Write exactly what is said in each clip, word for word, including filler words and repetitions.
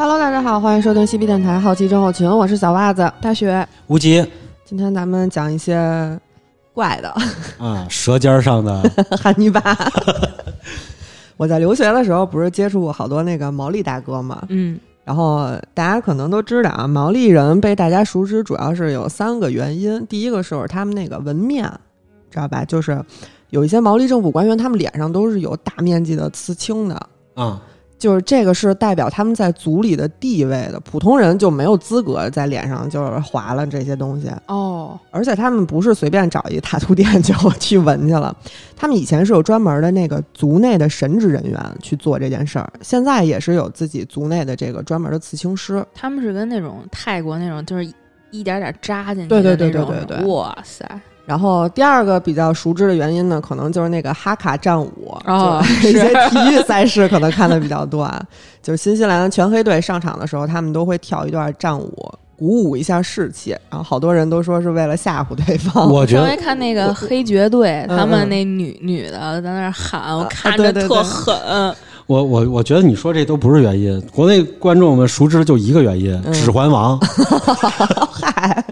Hello， 大家好，欢迎收听西皮电台好奇症候群，我是小袜子， 大雪， 无极。 今天咱们讲一些怪的啊，舌尖上的汉尼拔。我在留学的时候不是接触过好多那个毛利大哥嘛， 嗯， 然后大家可能都知道啊，毛利人被大家熟知主要是有三个原因。第一个是他们那个纹面，知道吧？就是有一些毛利政府官员，他们脸上都是有大面积的刺青的啊。 就是这个是代表他们在族里的地位的，普通人就没有资格在脸上就是划了这些东西哦。 而且他们不是随便找一塔图店就去纹去了，他们以前是有专门的那个族内的神职人员去做这件事儿，现在也是有自己族内的这个专门的刺青师。 他们是跟那种泰国那种就是一点点扎进去的那种， 对对对对对对， 哇塞！ 然后第二个比较熟知的原因呢，可能就是那个哈卡战舞， 哦， 就一些体育赛事可能看的比较多啊。就是新西兰的全黑队上场的时候，他们都会跳一段战舞，鼓舞一下士气。然后好多人都说是为了吓唬对方。 我觉得上回看那个黑绝队，他们那女女的在那喊，我看着特狠。 我我我觉得你说这都不是原因，国内观众们熟知就一个原因， 嗯、 指环王。 嗨。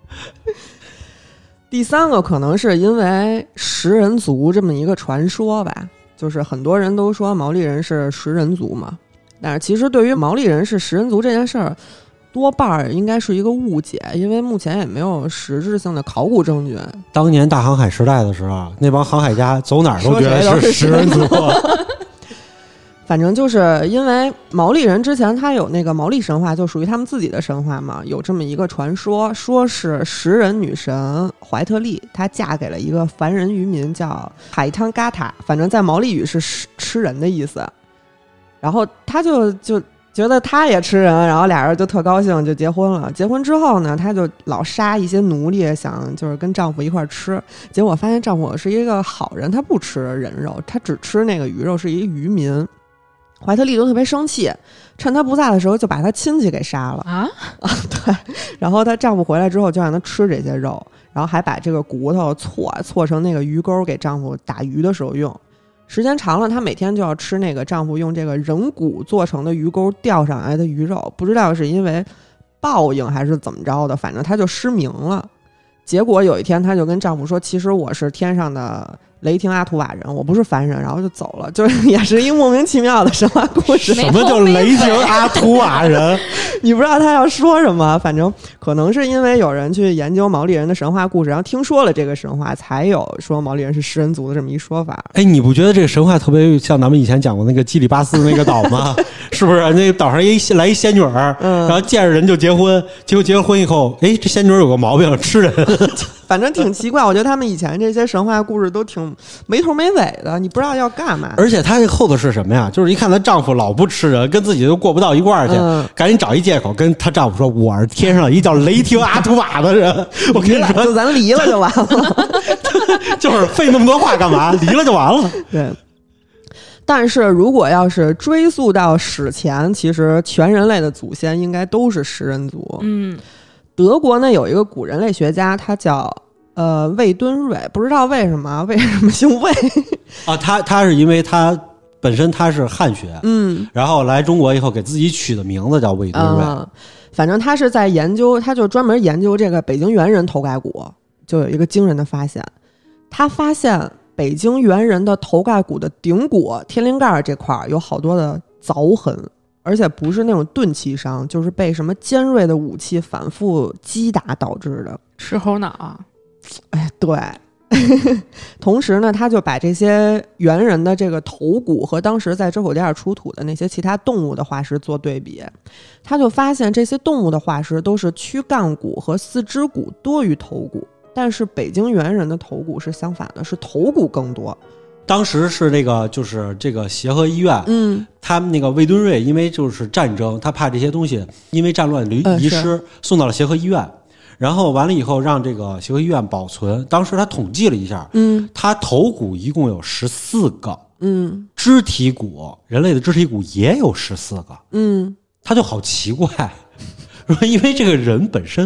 第三个可能是因为食人族这么一个传说吧，就是很多人都说毛利人是食人族嘛，但是其实对于毛利人是食人族这件事儿，多半应该是一个误解，因为目前也没有实质性的考古证据。 当年大航海时代的时候，那帮航海家走哪儿都觉得是食人族。 反正就是因为毛利人之前他有那个毛利神话，就属于他们自己的神话嘛，有这么一个传说，说是食人女神怀特利，她嫁给了一个凡人渔民叫海汤嘎塔，反正在毛利语是吃人的意思。然后他就就觉得他也吃人，然后俩人就特高兴，就结婚了。结婚之后呢，他就老杀一些奴隶，想就是跟丈夫一块吃。结果发现丈夫是一个好人，他不吃人肉，他只吃那个鱼肉，是一个渔民。怀特利都特别生气，趁他不在的时候就把他亲戚给杀了啊啊！对，然后她丈夫回来之后就让他吃这些肉，然后还把这个骨头搓搓成那个鱼钩给丈夫打鱼的时候用。时间长了，她每天就要吃那个丈夫用这个人骨做成的鱼钩钓上来的鱼肉，不知道是因为报应还是怎么着的，反正她就失明了。结果有一天她就跟丈夫说，其实我是天上的雷霆阿图瓦人，我不是凡人，然后就走了，就是也是一莫名其妙的神话故事。 什么叫雷霆阿图瓦人？ 你不知道他要说什么，反正可能是因为有人去研究毛利人的神话故事，然后听说了这个神话，才有说毛利人是食人族的这么一说法。 哎，你不觉得这个神话特别像咱们以前讲过那个基里巴斯那个岛吗？是不是？那个岛上一来一仙女儿，嗯、然后见着人就结婚，结果结了婚以后，哎，这仙女儿有个毛病，吃人。 反正挺奇怪，我觉得他们以前这些神话故事都挺没头没尾的，你不知道要干嘛。 而且她这后头是什么呀？就是一看她丈夫老不吃人，跟自己都过不到一块儿去，嗯、赶紧找一借口跟她丈夫说：“我是天上一叫雷霆阿图瓦的人。”我跟你说， 就咱离了就完了。 就是费那么多话干嘛？离了就完了。 对。但是如果要是追溯到史前，其实全人类的祖先应该都是食人族。 嗯。 德国呢有一个古人类学家，他叫呃魏敦瑞，不知道为什么为什么姓魏啊？他他是因为他本身他是汉学， 嗯， 然后来中国以后给自己取的名字叫魏敦瑞。 嗯、反正他是在研究，他就专门研究这个北京猿人头盖骨，就有一个惊人的发现，他发现北京猿人的头盖骨的顶骨天灵盖这块有好多的凿痕。而且不是那种钝器伤，就是被什么尖锐的武器反复击打导致的。 吃猴脑啊！ 哎，对。同时呢，他就把这些猿人的这个头骨和当时在周口店出土的那些其他动物的化石做对比，他就发现这些动物的化石都是躯干骨和四肢骨多于头骨，但是北京猿人的头骨是相反的，是头骨更多。 当时是那个就是这个协和医院， 嗯， 他们那个魏敦瑞因为就是战争，他怕这些东西因为战乱遗遗失、呃，送到了协和医院，然后完了以后让这个协和医院保存。当时他统计了一下，嗯，他头骨一共有十四个，嗯，肢体骨，人类的肢体骨也有十四个，嗯，他就好奇怪，因为这个人本身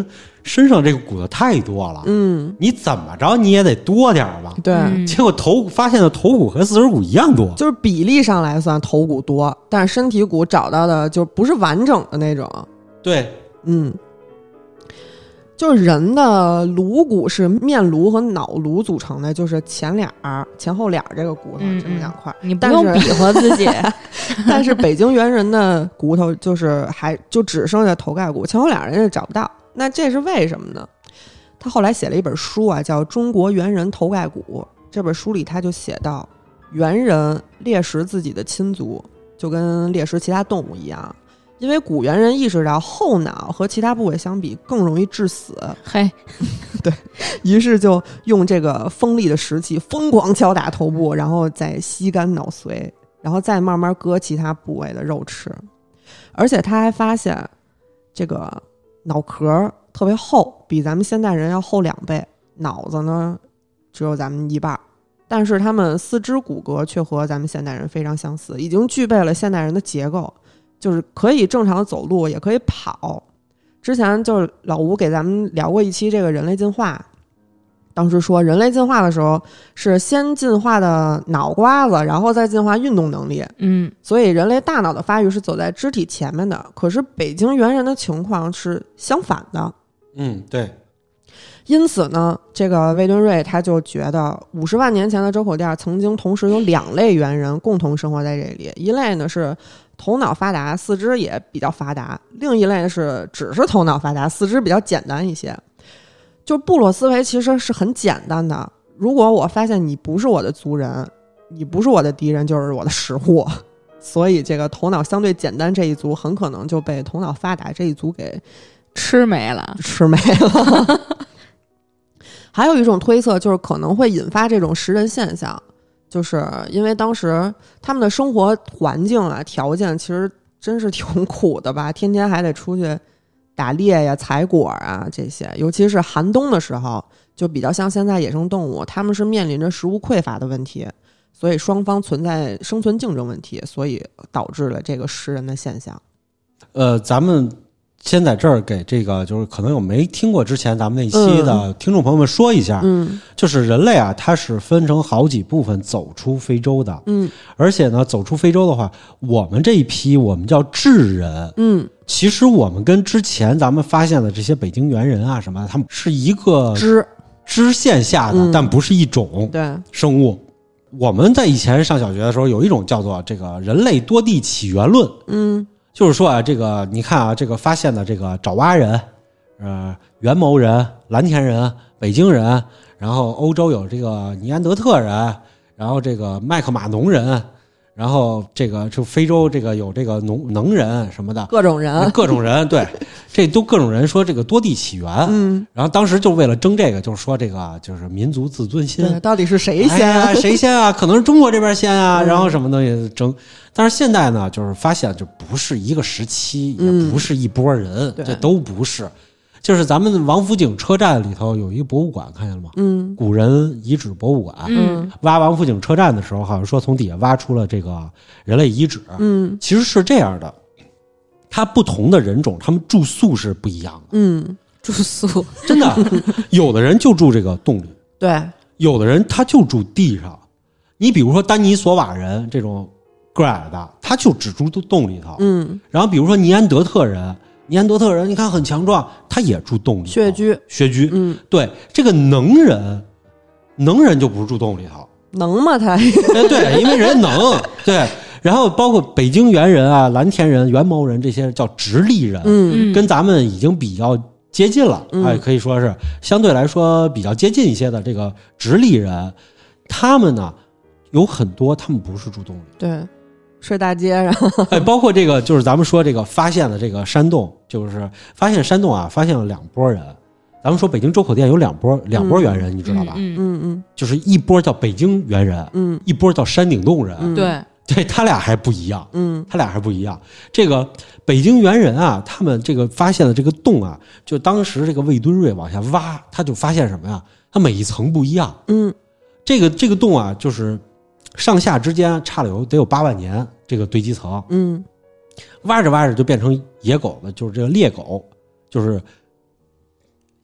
身上这个骨头太多了， 嗯， 你怎么着你也得多点吧？ 对、 嗯， 结果头发现的头骨和四肢骨一样多， 就是比例上来算头骨多，但是身体骨找到的就不是完整的那种。 对， 嗯。就是人的颅骨是面颅和脑颅组成的，就是前脸儿、前后脸儿这个骨头、嗯、这么两块。 你不用比划自己， 但是北京猿人的骨头就是还就只剩下头盖骨，前后脸人家找不到。那这是为什么呢？他后来写了一本书啊，叫《中国猿人头盖骨》。这本书里他就写到，猿人猎食自己的亲族，就跟猎食其他动物一样。因为古猿人意识到后脑和其他部位相比更容易致死， 嘿， 对于是就用这个锋利的石器疯狂敲打头部，然后再吸干脑髓，然后再慢慢割其他部位的肉吃。而且他还发现这个脑壳特别厚，比咱们现代人要厚两倍，脑子呢只有咱们一半，但是他们四肢骨骼却和咱们现代人非常相似，已经具备了现代人的结构，就是可以正常走路，也可以跑。之前就是老吴给咱们聊过一期这个人类进化，当时说人类进化的时候是先进化的脑瓜子，然后再进化运动能力。 嗯， 所以人类大脑的发育是走在肢体前面的。可是北京猿人的情况是相反的。 嗯，对。 因此呢，这个魏敦瑞他就觉得五十万年前的周口店曾经同时有两类猿人共同生活在这里，一类呢是头脑发达，四肢也比较发达，另一类是只是头脑发达，四肢比较简单一些。就部落思维其实是很简单的，如果我发现你不是我的族人，你不是我的敌人，就是我的食物。所以这个头脑相对简单这一族很可能就被头脑发达这一族给吃没了吃没了还有一种推测就是可能会引发这种食人现象，就是因为当时他们的生活环境啊条件其实真是挺苦的吧，天天还得出去打猎呀采果啊这些，尤其是寒冬的时候就比较像现在野生动物，他们是面临着食物匮乏的问题，所以双方存在生存竞争问题，所以导致了这个食人的现象。 呃，咱们先在这儿给这个就是可能有没听过之前咱们那期的听众朋友们说一下， 嗯， 就是人类啊，它是分成好几部分走出非洲的， 嗯， 而且呢，走出非洲的话，我们这一批我们叫智人， 嗯， 其实我们跟之前咱们发现的这些北京猿人啊什么的，他们是一个支支线下的， 嗯、 但不是一种生物。我们在以前上小学的时候，有一种叫做这个人类多地起源论， 嗯。 就是说啊，这个你看啊，这个发现的这个爪哇人、呃元谋人、蓝田人、北京人，然后欧洲有这个尼安德特人，然后这个麦克马农人，然后这个就非洲这个有这个农能人什么的， 各种人， 各种人，对，这都各种人说这个多地起源， 嗯， 然后当时就为了争这个，就是说这个就是民族自尊心， 对，到底是谁先啊？ 哎、谁先啊？可能是中国这边先啊，嗯、然后什么东西争。但是现在呢，就是发现就不是一个时期， 嗯、 也不是一拨人， 这都不是。就是咱们王府井车站里头有一个博物馆，看见了吗？ 嗯， 古人遗址博物馆。 嗯， 挖王府井车站的时候，好像说从底下挖出了这个人类遗址。 嗯， 其实是这样的，它不同的人种，他们住宿是不一样的。 嗯， 住宿真的，有的人就住这个洞里， 对， 有的人他就住地上。你比如说丹尼索瓦人这种个矮的，他就只住洞里头。 嗯， 然后比如说尼安德特人。尼安德特人，你看很强壮，他也住洞里头， 穴居， 穴居， 嗯， 对，这个能人，能人就不是住洞里头， 能吗？他， 对，因为人能，对，然后包括北京猿人啊、蓝田人、元谋人这些叫直立人， 嗯， 跟咱们已经比较接近了， 嗯、 哎，可以说是相对来说比较接近一些的这个直立人，他们呢有很多他们不是住洞里， 对。睡大街上， 哎，包括这个，就是咱们说这个发现的这个山洞，就是发现山洞啊，发现了两拨人。咱们说北京周口店有两拨两拨猿人， 嗯、 你知道吧？ 嗯嗯嗯， 就是一波叫北京猿人， 嗯， 一波叫山顶洞人， 嗯、 对， 对他俩还不一样， 嗯， 他俩还不一样。这个北京猿人啊，他们这个发现的这个洞啊，就当时这个魏敦瑞往下挖，他就发现什么呀？他每一层不一样， 嗯， 这个这个洞啊，就是。上下之间差了有得有八万年，这个堆积层， 嗯， 挖着挖着就变成野狗了，就是这个猎狗，就是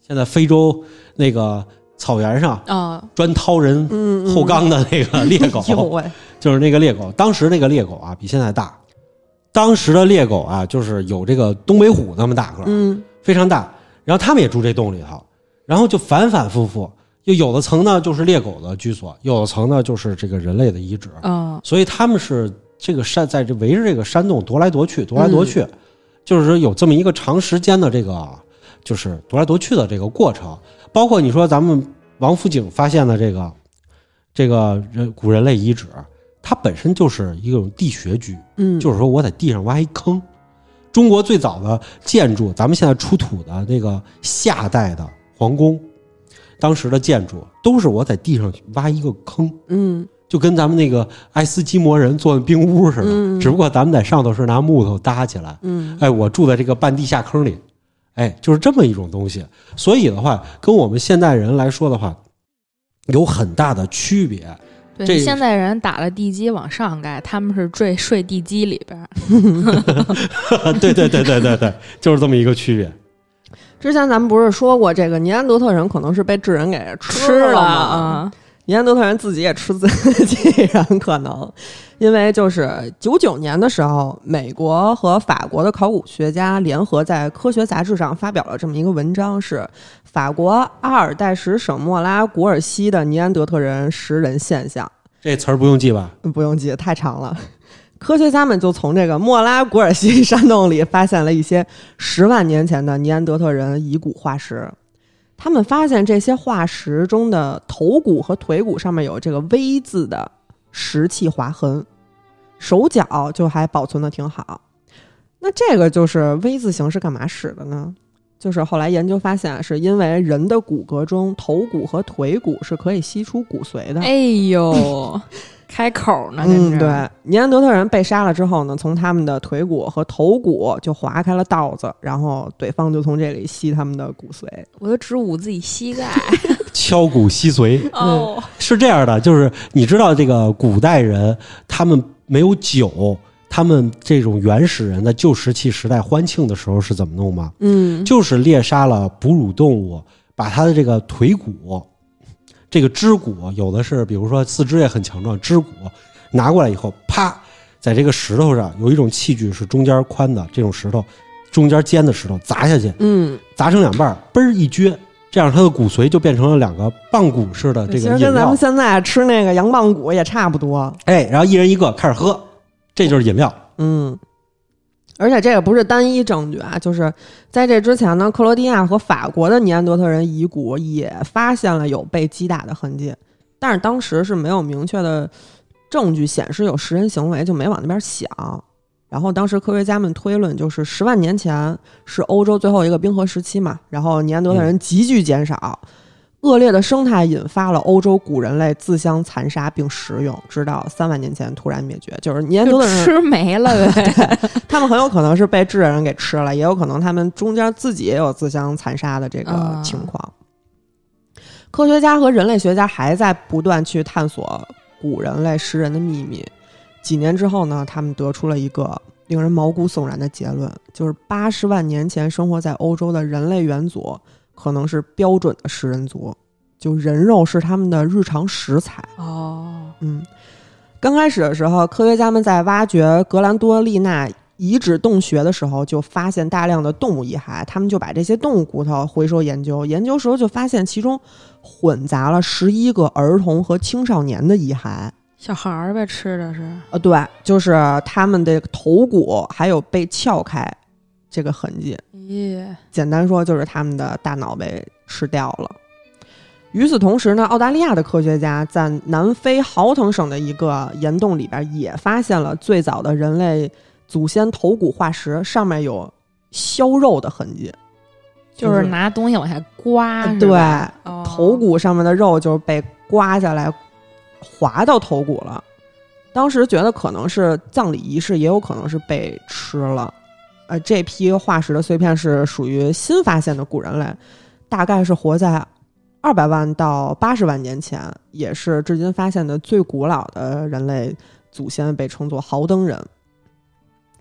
现在非洲那个草原上啊， 专掏人后肛的那个猎狗， 嗯嗯、 就是那个猎狗。当时那个猎狗啊，比现在大。当时的猎狗啊，就是有这个东北虎那么大个， 嗯， 非常大。然后他们也住这洞里头，然后就反反复复，就有的层呢就是猎狗的居所，有的层呢就是这个人类的遗址。 嗯， 所以他们是这个山在这围着这个山洞踱来踱去，踱来踱去，嗯、就是说有这么一个长时间的这个就是踱来踱去的这个过程。包括你说咱们王府井发现的这个这个人古人类遗址。它本身就是一种地穴居， 嗯， 就是说我在地上挖一坑。中国最早的建筑，咱们现在出土的那个夏代的皇宫，当时的建筑都是我在地上挖一个坑， 嗯， 就跟咱们那个爱斯基摩人做的冰屋似的， 嗯， 只不过咱们在上头是拿木头搭起来， 嗯， 哎，我住在这个半地下坑里，哎，就是这么一种东西。所以的话，跟我们现代人来说的话，有很大的区别。 对，现在人打了地基往上盖，他们是睡睡地基里边。 对对对对对对，就是这么一个区别。 之前咱们不是说过，这个尼安德特人可能是被智人给吃了吗？ 啊， 尼安德特人自己也吃自己人，可能因为就是九九年的时候，美国和法国的考古学家联合在科学杂志上发表了这么一个文章，是法国阿尔代什省莫拉古尔西的尼安德特人食人现象。 这词儿不用记吧？ 不用记，太长了。科学家们就从这个莫拉古尔西山洞里发现了一些十万年前的尼安德特人遗骨化石。他们发现这些化石中的头骨和腿骨上面有这个 V 字的石器划痕，手脚就还保存的挺好。那这个就是 V 字形是干嘛使的呢？就是后来研究发现，是因为人的骨骼中头骨和腿骨是可以吸出骨髓的。 哎呦，开口呢！ 嗯，对，尼安德特人被杀了之后呢，从他们的腿骨和头骨就划开了道子，然后对方就从这里吸他们的骨髓。 我就只捂自己膝盖， 敲骨吸髓。 哦、 嗯，是这样的，就是你知道这个古代人他们没有酒。他们这种原始人的旧石器时代欢庆的时候是怎么弄吗？ 嗯， 就是猎杀了哺乳动物，把它的这个腿骨、这个肢骨，有的是比如说四肢也很强壮，肢骨拿过来以后，啪，在这个石头上有一种器具是中间宽的，这种石头中间尖的石头砸下去， 嗯， 砸成两半，嘣一撅，这样它的骨髓就变成了两个棒骨似的这个饮料。 其实跟咱们现在吃那个羊棒骨也差不多。 哎，然后一人一个开始喝。这就是饮料。 嗯，而且这也不是单一证据啊，就是在这之前呢，克罗地亚和法国的尼安德特人遗骨也发现了有被击打的痕迹，但是当时是没有明确的证据显示有食人行为，就没往那边想。然后当时科学家们推论，就是十万年前是欧洲最后一个冰河时期嘛，然后尼安德特人急剧减少，嗯，恶劣的生态引发了欧洲古人类自相残杀并食用，直到三万年前突然灭绝。就是尼安德特人吃没了呗他们很有可能是被智人给吃了，也有可能他们中间自己也有自相残杀的这个情况。嗯，科学家和人类学家还在不断去探索古人类食人的秘密。几年之后呢，他们得出了一个令人毛骨悚然的结论，就是八十万年前生活在欧洲的人类元祖可能是标准的食人族，就人肉是他们的日常食材。 哦， 嗯，刚开始的时候，科学家们在挖掘格兰多利纳遗址洞穴的时候，就发现大量的动物遗骸，他们就把这些动物骨头回收研究，研究时候就发现其中混杂了十一个儿童和青少年的遗骸。 小孩儿呗，吃的是？ 呃，对，就是他们的头骨还有被撬开这个痕迹。 耶， 简单说就是他们的大脑被吃掉了。与此同时呢，澳大利亚的科学家在南非豪腾省的一个岩洞里边也发现了最早的人类祖先头骨化石，上面有削肉的痕迹， 就是拿东西往下刮。 对， 哦， 头骨上面的肉就是被刮下来滑到头骨了。当时觉得可能是葬礼仪式，也有可能是被吃了。呃，这批化石的碎片是属于新发现的古人类，大概是活在二百万到八十万年前，也是至今发现的最古老的人类祖先，被称作豪登人。不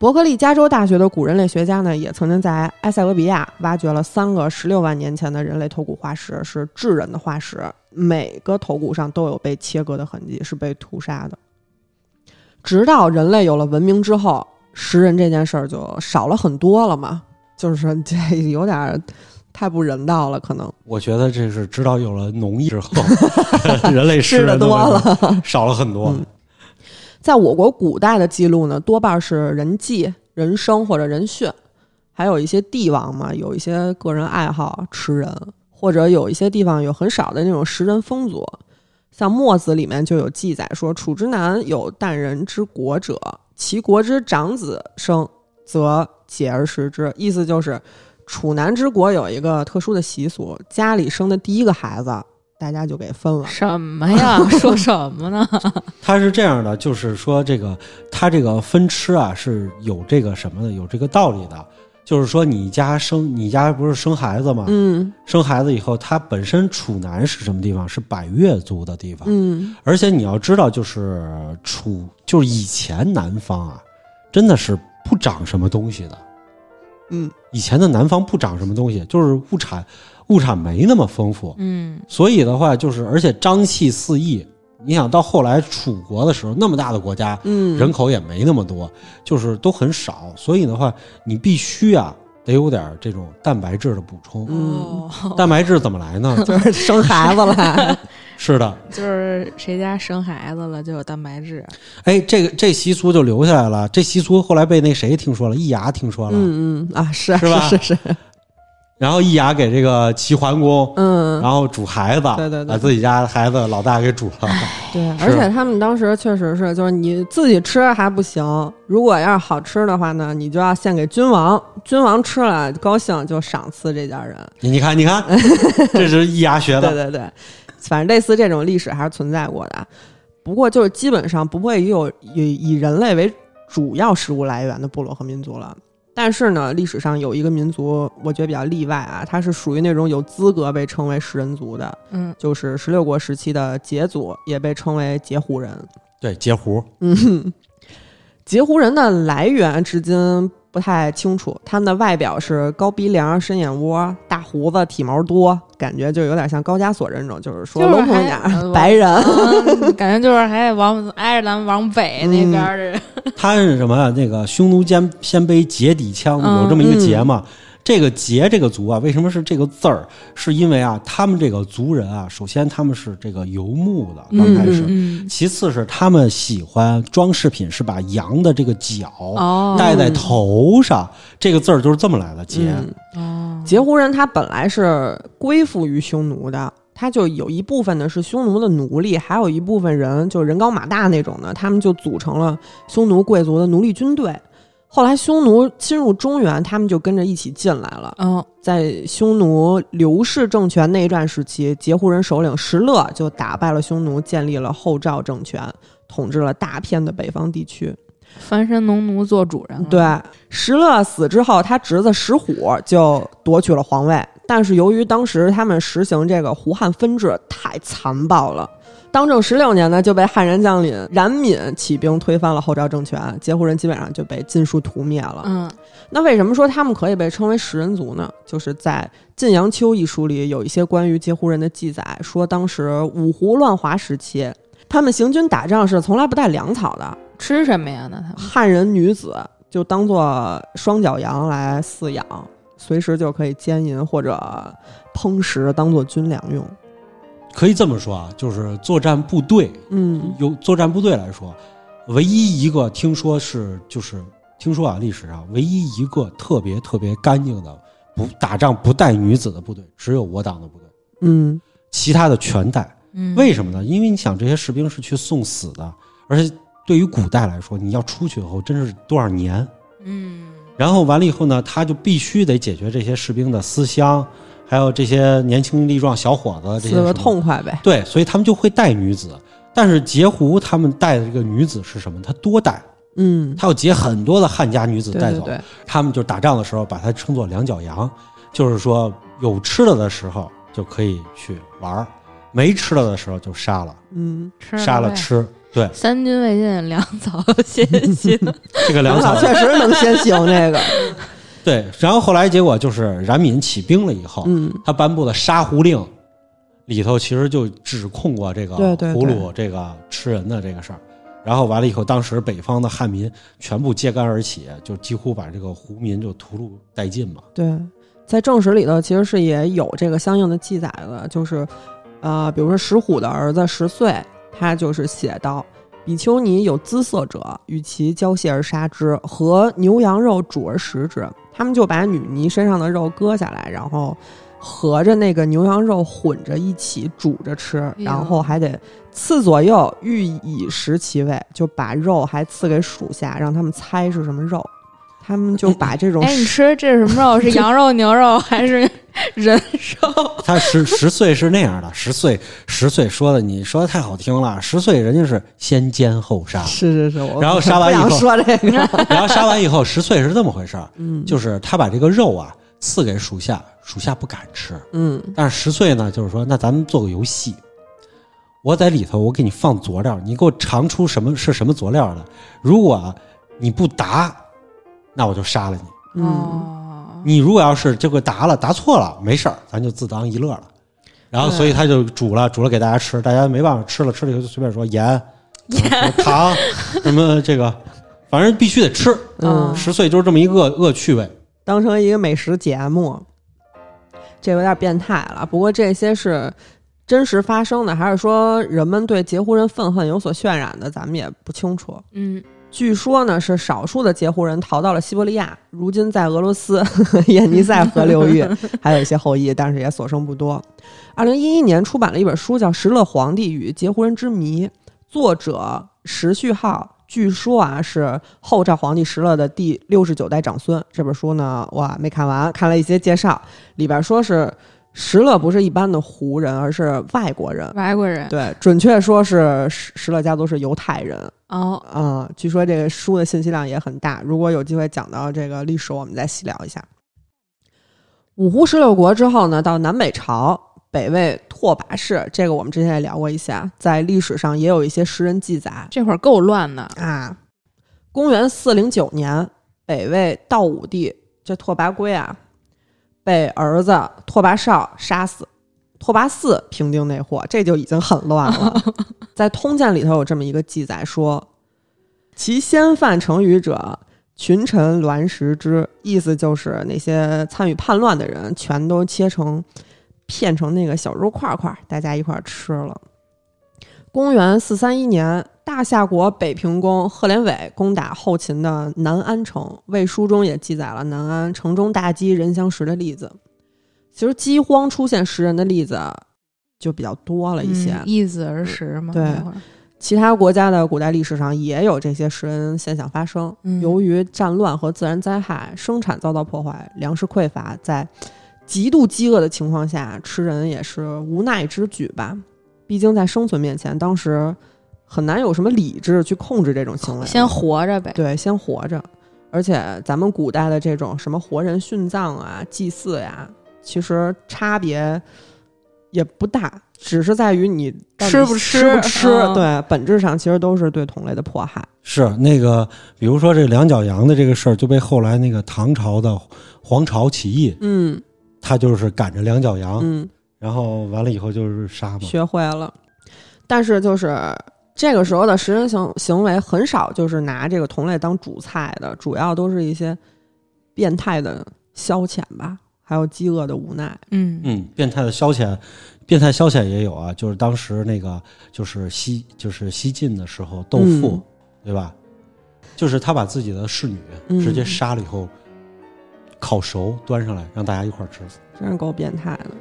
伯克利加州大学的古人类学家呢，也曾经在埃塞俄比亚挖掘了三个十六万年前的人类头骨化石，是智人的化石，每个头骨上都有被切割的痕迹，是被屠杀的。直到人类有了文明之后，食人这件事儿就少了很多了嘛，就是这有点太不人道了，可能。 我觉得这是直到有了农业之后，人类食人的多了， 少了很多。 嗯在我国古代的记录呢，多半是人祭、人生或者人殉，还有一些帝王嘛，有一些个人爱好吃人，或者有一些地方有很少的那种食人风俗。像《墨子》里面就有记载说，楚之南有啖人之国者，其国之长子生，则解而食之。意思就是楚南之国有一个特殊的习俗，家里生的第一个孩子大家就给分了。 什么呀？说什么呢？ 他是这样的，就是说这个他这个分吃啊是有这个什么的，有这个道理的。就是说你家生你家不是生孩子吗？ 嗯， 生孩子以后，他本身楚南是什么地方？是百越族的地方。 嗯， 而且你要知道，就是楚就是以前南方啊，真的是不长什么东西的。 嗯， 以前的南方不长什么东西，就是物产。物产没那么丰富， 嗯， 所以的话就是，而且瘴气四溢。你想到后来楚国的时候，那么大的国家， 嗯， 人口也没那么多，就是都很少，所以的话，你必须啊得有点这种蛋白质的补充。 嗯， 蛋白质怎么来呢？ 就是生孩子了。 是的， 就是谁家生孩子了就有蛋白质。 哎，这个这习俗就留下来了。这习俗后来被那谁听说了，易牙听说了。 嗯嗯啊，是是吧？ 是是是。 然后易牙给这个齐桓公， 嗯， 然后煮孩子， 对对对， 把自己家孩子老大给煮了。 对，而且他们当时确实是，就是你自己吃还不行，如果要是好吃的话呢，你就要献给君王，君王吃了高兴就赏赐这家人。 你看，你看，这是易牙学的。 对对对，反正类似这种历史还是存在过的。不过就是基本上不会有以以人类为主要食物来源的部落和民族了。但是呢，历史上有一个民族，我觉得比较例外啊，它是属于那种有资格被称为食人族的， 嗯， 就是十六国时期的羯族，也被称为羯胡人。 对，羯胡。 嗯，羯胡人的来源至今不太清楚，他们的外表是高鼻梁、深眼窝、大胡子、体毛多，感觉就有点像高加索人种，就是说笼统一点， 就是、 白人、 嗯，感觉就是还往挨着咱们往北那边的人。 嗯、他是什么啊？那个匈奴肩先背羯底枪，有这么一个羯嘛。嗯嗯这个羯这个族啊，为什么是这个字儿？是因为啊，他们这个族人啊，首先他们是这个游牧的，刚开始； 嗯嗯、 其次是他们喜欢装饰品，是把羊的这个角哦戴在头上，这个字儿就是这么来的羯。 嗯、哦，羯胡人他本来是归附于匈奴的。他就有一部分呢是匈奴的奴隶，还有一部分人就人高马大那种的，他们就组成了匈奴贵族的奴隶军队。后来匈奴侵入中原，他们就跟着一起进来了。 哦， 在匈奴刘氏政权内战时期，羯胡人首领石勒就打败了匈奴，建立了后赵政权，统治了大片的北方地区， 翻身农奴做主人了。 对，石勒死之后，他侄子石虎就夺取了皇位，但是由于当时他们实行这个胡汉分治太残暴了。当政十六年呢，就被汉人将领冉闵起兵推翻了后赵政权，羯胡人基本上就被尽数屠灭了。 嗯， 那为什么说他们可以被称为食人族呢？就是在《晋阳秋》一书里有一些关于羯胡人的记载，说当时五胡乱华时期，他们行军打仗是从来不带粮草的， 吃什么呀？那他们汉人女子就当做双角羊来饲养，随时就可以奸淫或者烹食当做军粮用。 可以这么说啊，就是作战部队， 嗯， 有作战部队来说，唯一一个听说是就是听说啊，历史上唯一一个特别特别干净的不打仗不带女子的部队，只有我党的部队， 嗯， 其他的全带。 嗯， 为什么呢？因为你想，这些士兵是去送死的，而且对于古代来说，你要出去以后真是多少年， 嗯， 然后完了以后呢，他就必须得解决这些士兵的思乡。还有这些年轻力壮小伙子，这些死个痛快呗。 对，所以他们就会带女子。但是羯胡他们带的这个女子是什么？他多带， 嗯， 他要劫很多的汉家女子带走。 对对对， 他们就打仗的时候把它称作两脚羊，就是说有吃了的时候就可以去玩，没吃了的时候就杀了， 嗯， 杀了吃。 对， 三军未尽，粮草先行。 这个粮草确实能先行这个。 对，然后后来结果就是冉闵起兵了以后，嗯，他颁布的杀胡令里头其实就指控过这个俘虏这个吃人的这个事儿。然后完了以后，当时北方的汉民全部揭竿而起，就几乎把这个胡民就屠戮殆尽嘛。 对，在正史里头其实是也有这个相应的记载的，就是呃，比如说石虎的儿子石遂，他就是写道：比丘尼有姿色者，与其交械而杀之，和牛羊肉煮而食之。他们就把女尼身上的肉割下来，然后和着那个牛羊肉混着一起煮着吃，然后还得刺左右，欲以食其味，就把肉还赐给属下，让他们猜是什么肉。他们就把这种哎，你吃这是什么肉？是羊肉、牛肉还是人肉？ 他十十岁是那样的，十岁十岁说的，你说的太好听了。十岁人家是先奸后杀， 是是是，我然后杀完以后不想说这个， 然后杀完以后，十岁是这么回事儿，嗯，就是他把这个肉啊赐给属下，属下不敢吃， 嗯， 但是十岁呢，就是说，那咱们做个游戏，我在里头我给你放佐料，你给我尝出什么是什么佐料的，如果你不答，那我就杀了你。 嗯， 你如果要是这个答了，答错了，没事儿，咱就自当一乐了。然后，所以他就煮了，煮了给大家吃，大家没办法吃了，吃了以后就随便说盐、 盐、 糖，什么这个，反正必须得吃。 嗯， 十岁就是这么一个恶趣味， 当成一个美食节目，这有点变态了。不过这些是真实发生的，还是说人们对截胡人愤恨有所渲染的，咱们也不清楚。 嗯。 据说呢，是少数的截胡人逃到了西伯利亚，如今在俄罗斯叶尼塞河流域还有一些后裔，但是也所剩不多。二零一一年出版了一本书叫《石勒皇帝与截胡人之谜》，作者石序浩据说啊是后赵皇帝石勒的第六十九代长孙。这本书呢，哇，没看完，看了一些介绍，里边说是石勒不是一般的胡人，而是外国人。 外国人， 对，准确说是石石勒家族是犹太人。 哦， 嗯，据说这个书的信息量也很大。如果有机会讲到这个历史，我们再细聊一下。五胡十六国之后呢，到南北朝，北魏拓跋氏，这个我们之前也聊过一下，在历史上也有一些诗人记载。 这会儿够乱的啊！公元四零九年，北魏道武帝这拓跋圭啊，被儿子拓跋绍杀死，拓跋嗣平定内祸，这就已经很乱了。在《通鉴》里头有这么一个记载说，其先犯成语者，群臣栾食之，意思就是那些参与叛乱的人全都切成片成那个小肉块块，大家一块吃了。公元四三一年，大夏国北平公赫连伟攻打后秦的南安城，魏书中也记载了南安城中大饥人相食的例子。其实饥荒出现食人的例子就比较多了一些， 嗯、易子而食嘛。 对，其他国家的古代历史上也有这些食人现象发生。 嗯、 由于战乱和自然灾害，生产遭到破坏，粮食匮乏，在极度饥饿的情况下，吃人也是无奈之举吧。毕竟在生存面前，当时很难有什么理智去控制这种行为， 先活着呗。 对，先活着。而且咱们古代的这种什么活人殉葬啊、祭祀呀，其实差别也不大，只是在于你吃不吃不吃、 嗯、 对，本质上其实都是对同类的迫害。 是那个比如说这两脚羊的这个事儿，就被后来那个唐朝的黄巢起义， 嗯， 他就是赶着两脚羊， 嗯， 然后完了以后就是杀嘛， 学会了。但是就是这个时候的食人行行为很少就是拿这个同类当主菜的，主要都是一些变态的消遣吧，还有饥饿的无奈。 嗯嗯，变态的消遣，变态消遣也有啊，就是当时那个就是西就是西晋的时候斗父、嗯、对吧，就是他把自己的侍女直接杀了以后、嗯、烤熟端上来让大家一块吃， 真是够变态的。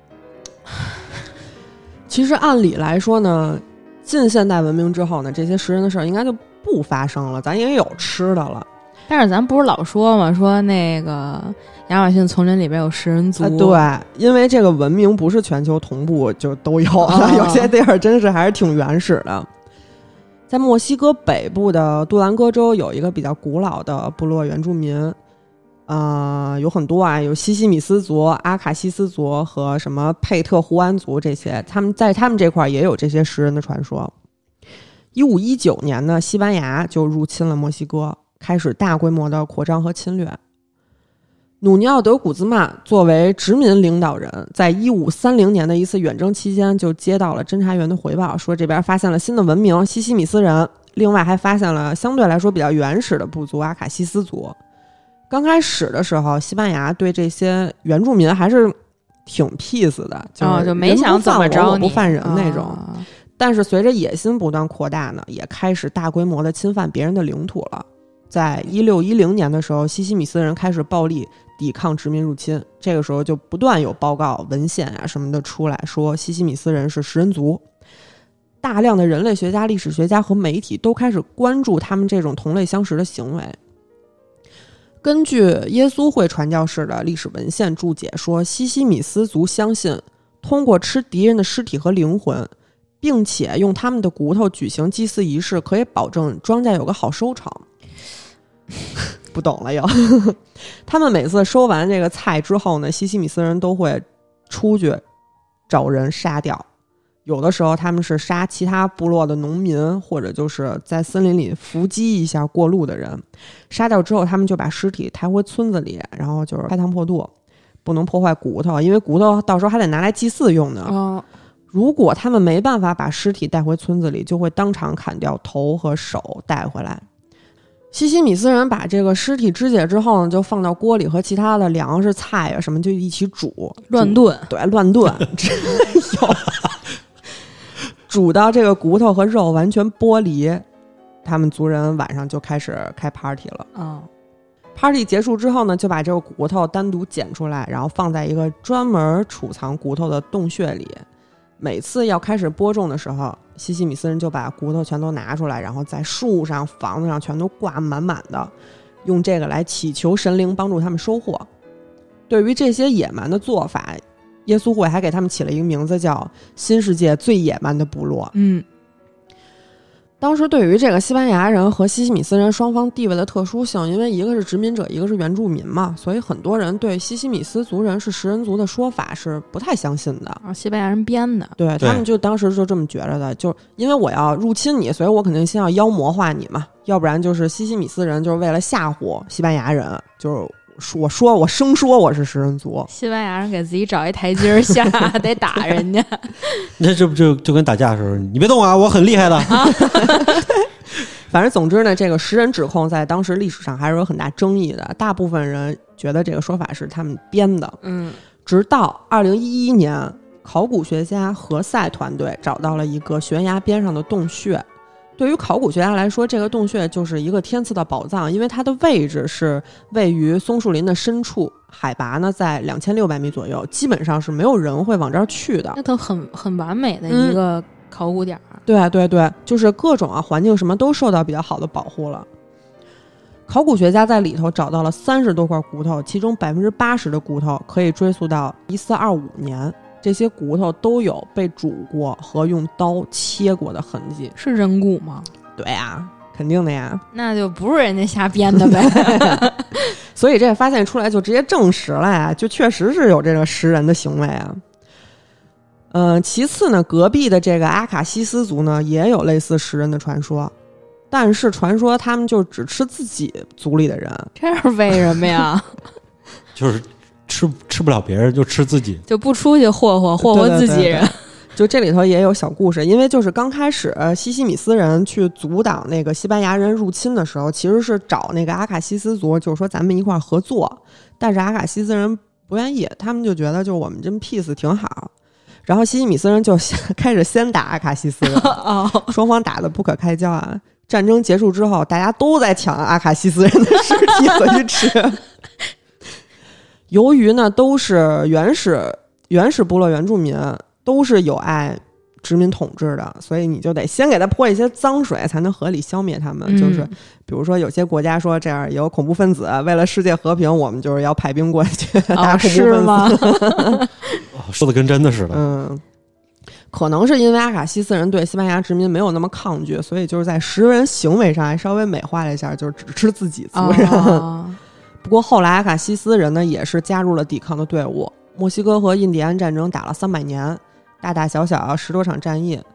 其实按理来说呢，近现代文明之后呢，这些食人的事儿应该就不发生了，咱也有吃的了。 但是咱不是老说嘛，说那个亚马逊丛林里边有食人族、 啊、对，因为这个文明不是全球同步就都有的、哦、有些地儿真是还是挺原始的。在墨西哥北部的杜兰戈州有一个比较古老的部落原住民，呃，有很多啊，有西西米斯族、阿卡西斯族和什么佩特胡安族这些，他们在他们这块也有这些食人的传说。 一五一九年呢，西班牙就入侵了墨西哥，开始大规模的扩张和侵略。努尼奥德古兹曼作为殖民领导人，在一五三零年的一次远征期间就接到了侦察员的回报，说这边发现了新的文明西西米斯人，另外还发现了相对来说比较原始的部族阿卡西斯族。刚开始的时候，西班牙对这些原住民还是挺 peace 的， 就是就没想怎么着我不犯人那种、 哦、 但是随着野心不断扩大呢，也开始大规模的侵犯别人的领土了。在一六一零年的时候，西西米斯人开始暴力抵抗殖民入侵，这个时候就不断有报告文献啊什么的出来说西西米斯人是食人族，大量的人类学家、历史学家和媒体都开始关注他们这种同类相食的行为。根据耶稣会传教士的历史文献注解说，西西米斯族相信通过吃敌人的尸体和灵魂，并且用他们的骨头举行祭祀仪式，可以保证庄稼有个好收成。不懂了又他们每次收完这个菜之后呢，西西米斯人都会出去找人杀掉，有的时候他们是杀其他部落的农民，或者就是在森林里伏击一下过路的人，杀掉之后他们就把尸体抬回村子里，然后就是开膛破肚，不能破坏骨头，因为骨头到时候还得拿来祭祀用呢、 哦、 如果他们没办法把尸体带回村子里，就会当场砍掉头和手带回来。西西米斯人把这个尸体肢解之后呢，就放到锅里和其他的粮食菜啊什么就一起煮， 乱炖， 对，乱炖有煮到这个骨头和肉完全剥离，他们族人晚上就开始开 party 了。 嗯 party 结束之后呢，就把这个骨头单独捡出来，然后放在一个专门储藏骨头的洞穴里。每次要开始播种的时候，西西米斯人就把骨头全都拿出来，然后在树上、房子上全都挂满满的，用这个来祈求神灵帮助他们收获。对于这些野蛮的做法，耶稣会还给他们起了一个名字，叫新世界最野蛮的部落。 嗯， 当时对于这个西班牙人和西西米斯人双方地位的特殊性，因为一个是殖民者，一个是原住民嘛，所以很多人对西西米斯族人是食人族的说法是不太相信的。 啊，西班牙人编的， 对，他们就当时就这么觉着的，就因为我要入侵你，所以我肯定先要妖魔化你嘛，要不然就是西西米斯人就是为了吓唬西班牙人，就是我说我生说我是食人族， 西班牙人给自己找一台阶下，得打人家。 那这不就就跟打架的时候，你别动啊，我很厉害的。啊、 反正总之呢，这个食人指控在当时历史上还是有很大争议的，大部分人觉得这个说法是他们编的。 嗯， 直到二零一一年，考古学家何塞团队找到了一个悬崖边上的洞穴。对于考古学家来说，这个洞穴就是一个天赐的宝藏，因为它的位置是位于松树林的深处，海拔呢在两千六百米左右，基本上是没有人会往这儿去的。 那都很很完美的一个考古点、嗯、 对对对，就是各种啊环境什么都受到比较好的保护了。考古学家在里头找到了三十多块骨头，其中百分之八十的骨头可以追溯到一四二五年。这些骨头都有被煮过和用刀切过的痕迹。 是人骨吗？ 对呀，肯定的呀。 那就不是人家瞎编的呗。 所以这个发现出来就直接证实了呀，就确实是有这个食人的行为啊。嗯、呃，其次呢，隔壁的这个阿卡西斯族呢也有类似食人的传说，但是传说他们就只吃自己族里的人。 这是为什么呀？ 就是吃吃不了别人就吃自己， 就不出去霍霍霍霍自己人。 对对对对，就这里头也有小故事，因为就是刚开始西西米斯人去阻挡那个西班牙人入侵的时候，其实是找那个阿卡西斯族，就是说咱们一块合作，但是阿卡西斯人不愿意，他们就觉得就我们这么 peace 挺好，然后西西米斯人就开始先打阿卡西斯人，双方打得不可开交啊。战争结束之后，大家都在抢阿卡西斯人的尸体回去吃。由于呢都是原始原始部落原住民，都是有爱殖民统治的，所以你就得先给他泼一些脏水，才能合理消灭他们、嗯、就是比如说有些国家说这样有恐怖分子，为了世界和平，我们就是要派兵过去打恐怖分子、哦、是吗？ 说的跟真的似的。 嗯，可能是因为阿卡西斯人对西班牙殖民没有那么抗拒，所以就是在食人行为上还稍微美化了一下，就是只吃自己族人、哦不过后来阿卡西斯人呢也是加入了抵抗的队伍，墨西哥和印第安战争打了三百年，大大小小十多场战役，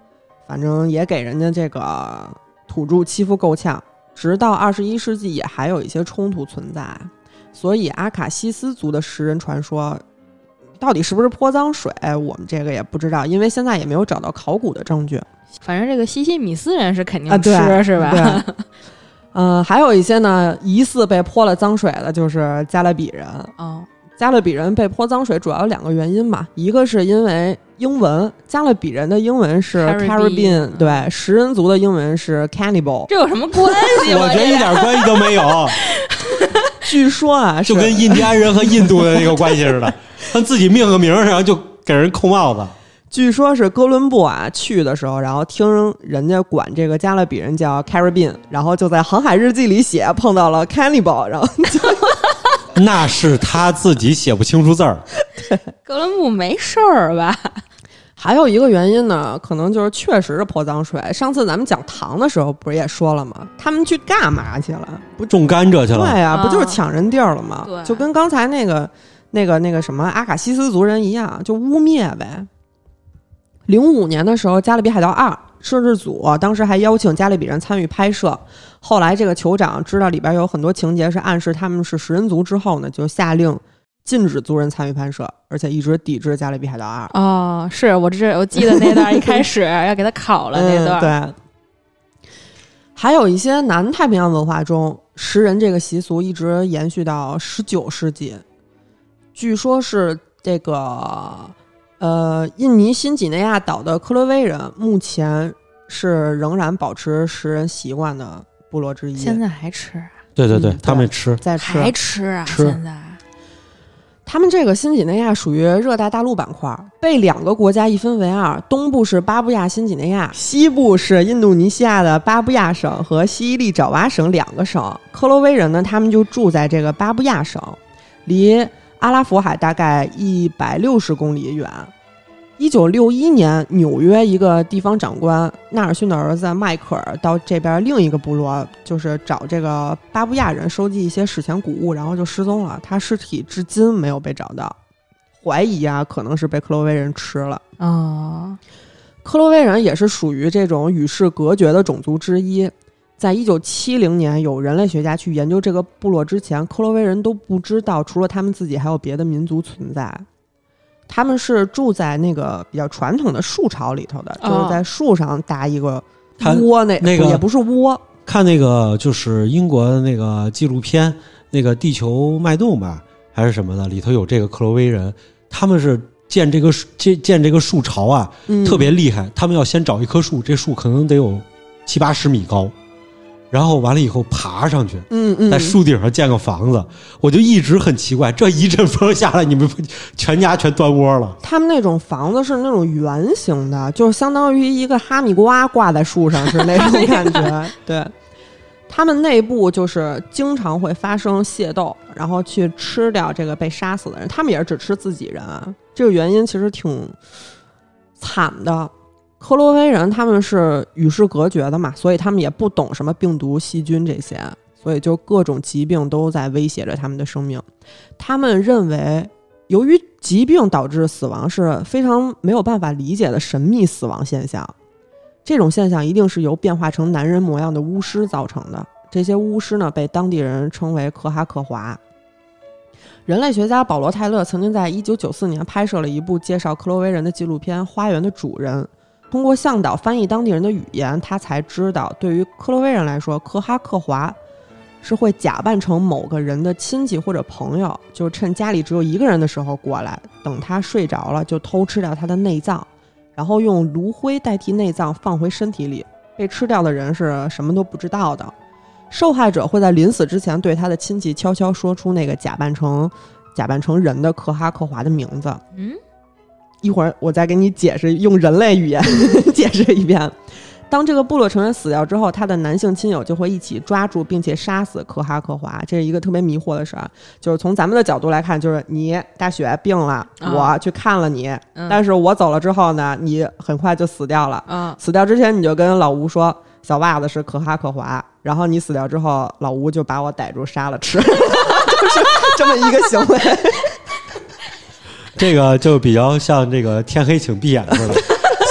反正也给人家这个土著欺负够呛。直到二十一世纪也还有一些冲突存在，所以阿卡西斯族的食人传说到底是不是泼脏水我们这个也不知道，因为现在也没有找到考古的证据。 反正这个西西米斯人是肯定吃、 啊、 是吧？ 对呃，还有一些呢疑似被泼了脏水的就是加勒比人。 哦， 加勒比人被泼脏水主要有两个原因嘛，一个是因为英文，加勒比人的英文是 Caribbean， 对，食人族的英文是 Cannibal， 这有什么关系？ 我觉得一点关系都没有。 据说啊， 就跟印第安人和印度的那个关系似的，他自己命个名，然后就给人扣帽子。 据说是哥伦布啊去的时候，然后听人家管这个加勒比人叫 Caribbean， 然后就在航海日记里写碰到了 Cannibal， 然后就那是他自己写不清楚字儿。 对， 哥伦布没事儿吧？ 还有一个原因呢，可能就是确实是泼脏水。上次咱们讲糖的时候不是也说了吗？他们去干嘛去了？不种甘蔗去了？ 对呀、啊，不就是抢人地儿了吗？ 对， 就跟刚才那个那个那个什么阿卡西斯族人一样，就污蔑呗。零五年的时候，《加勒比海盗二》摄制组当时还邀请加勒比人参与拍摄，后来这个酋长知道里边有很多情节是暗示他们是食人族之后呢，就下令禁止族人参与拍摄，而且一直抵制《加勒比海盗二》。 哦，是我这我记得那段一开始要给他烤了那段、 嗯。对。还有一些南太平洋文化中，食人这个习俗一直延续到十九世纪，据说是这个呃印尼新几内亚岛的克洛威人目前是仍然保持食人习惯的部落之一。 现在还吃啊？ 对对对， 嗯、 他们吃， 在吃， 还吃啊？ 吃现在。 他们这个新几内亚属于热带大陆板块，被两个国家一分为二，东部是巴布亚新几内亚，西部是印度尼西亚的巴布亚省和西伊利爪哇省两个省。克洛威人呢，他们就住在这个巴布亚省，离阿拉佛海大概一百六十公里远。一九六一年，纽约一个地方长官纳尔逊的儿子迈克尔到这边另一个部落，就是找这个巴布亚人收集一些史前古物，然后就失踪了。他尸体至今没有被找到，怀疑啊可能是被克洛威人吃了。 哦， 克洛威人也是属于这种与世隔绝的种族之一。在一九七零年，有人类学家去研究这个部落之前，克洛威人都不知道除了他们自己还有别的民族存在。他们是住在那个比较传统的树巢里头的， 哦、 就是在树上搭一个窝，那那个也不是窝。 看那个就是英国的那个纪录片，那个《地球脉动》吧，还是什么的，里头有这个克洛威人，他们是建这个建建这个树巢啊、嗯，特别厉害。他们要先找一棵树，这树可能得有七八十米高。然后完了以后爬上去， 嗯嗯， 在树顶上建个房子，我就一直很奇怪，这一阵风下来，你们全家全端窝了。 他们那种房子是那种圆形的，就是相当于一个哈密瓜挂在树上是那种感觉。对，他们内部就是经常会发生械斗，然后去吃掉这个被杀死的人。他们也是只吃自己人啊，这个原因其实挺惨的。克洛威人他们是与世隔绝的嘛，所以他们也不懂什么病毒细菌这些，所以就各种疾病都在威胁着他们的生命。他们认为由于疾病导致死亡是非常没有办法理解的神秘死亡现象，这种现象一定是由变化成男人模样的巫师造成的。这些巫师呢被当地人称为克哈克华。人类学家保罗泰勒曾经在一九九四年拍摄了一部介绍克洛威人的纪录片《花园的主人》，通过向导翻译当地人的语言，他才知道对于克洛威人来说，克哈克华是会假扮成某个人的亲戚或者朋友，就趁家里只有一个人的时候过来，等他睡着了就偷吃掉他的内脏，然后用炉灰代替内脏放回身体里。被吃掉的人是什么都不知道的，受害者会在临死之前对他的亲戚悄悄说出那个假扮成假扮成人的克哈克华的名字。 嗯， 一会儿我再给你解释，用人类语言解释一遍。当这个部落成员死掉之后，他的男性亲友就会一起抓住并且杀死克哈克华。这是一个特别迷惑的事儿，就是从咱们的角度来看，就是你大雪病了、哦、我去看了你、嗯、但是我走了之后呢，你很快就死掉了、 嗯、 死掉之前你就跟老吴说小袜子是克哈克华，然后你死掉之后老吴就把我逮住杀了吃就是这么一个行为这个就比较像这个天黑请闭眼似的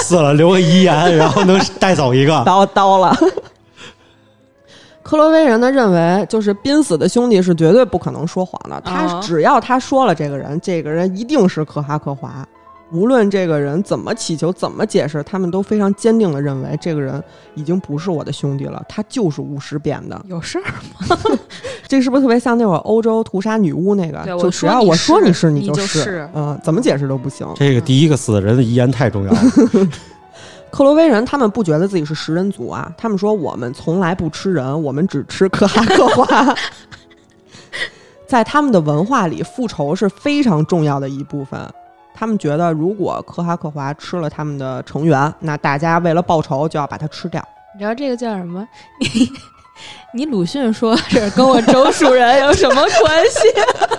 死了留个遗言，然后能带走一个， 把我刀了。克洛威人呢认为，就是濒死的兄弟是绝对不可能说谎的。他只要他说了这个人，这个人一定是科哈克华。无论这个人怎么祈求、怎么解释，他们都非常坚定地认为这个人已经不是我的兄弟了，他就是巫师变的。 有事儿吗？ 这是不是特别像那会儿欧洲屠杀女巫那个？就只要我说你是，你就是，嗯、呃，怎么解释都不行。 这个第一个死的人的遗言太重要了。 克罗威人他们不觉得自己是食人族啊，他们说我们从来不吃人，我们只吃克哈克华。在他们的文化里，复仇是非常重要的一部分。他们觉得，如果科哈克华吃了他们的成员，那大家为了报仇就要把他吃掉。 你知道这个叫什么？你你鲁迅说这跟我周树人有什么关系？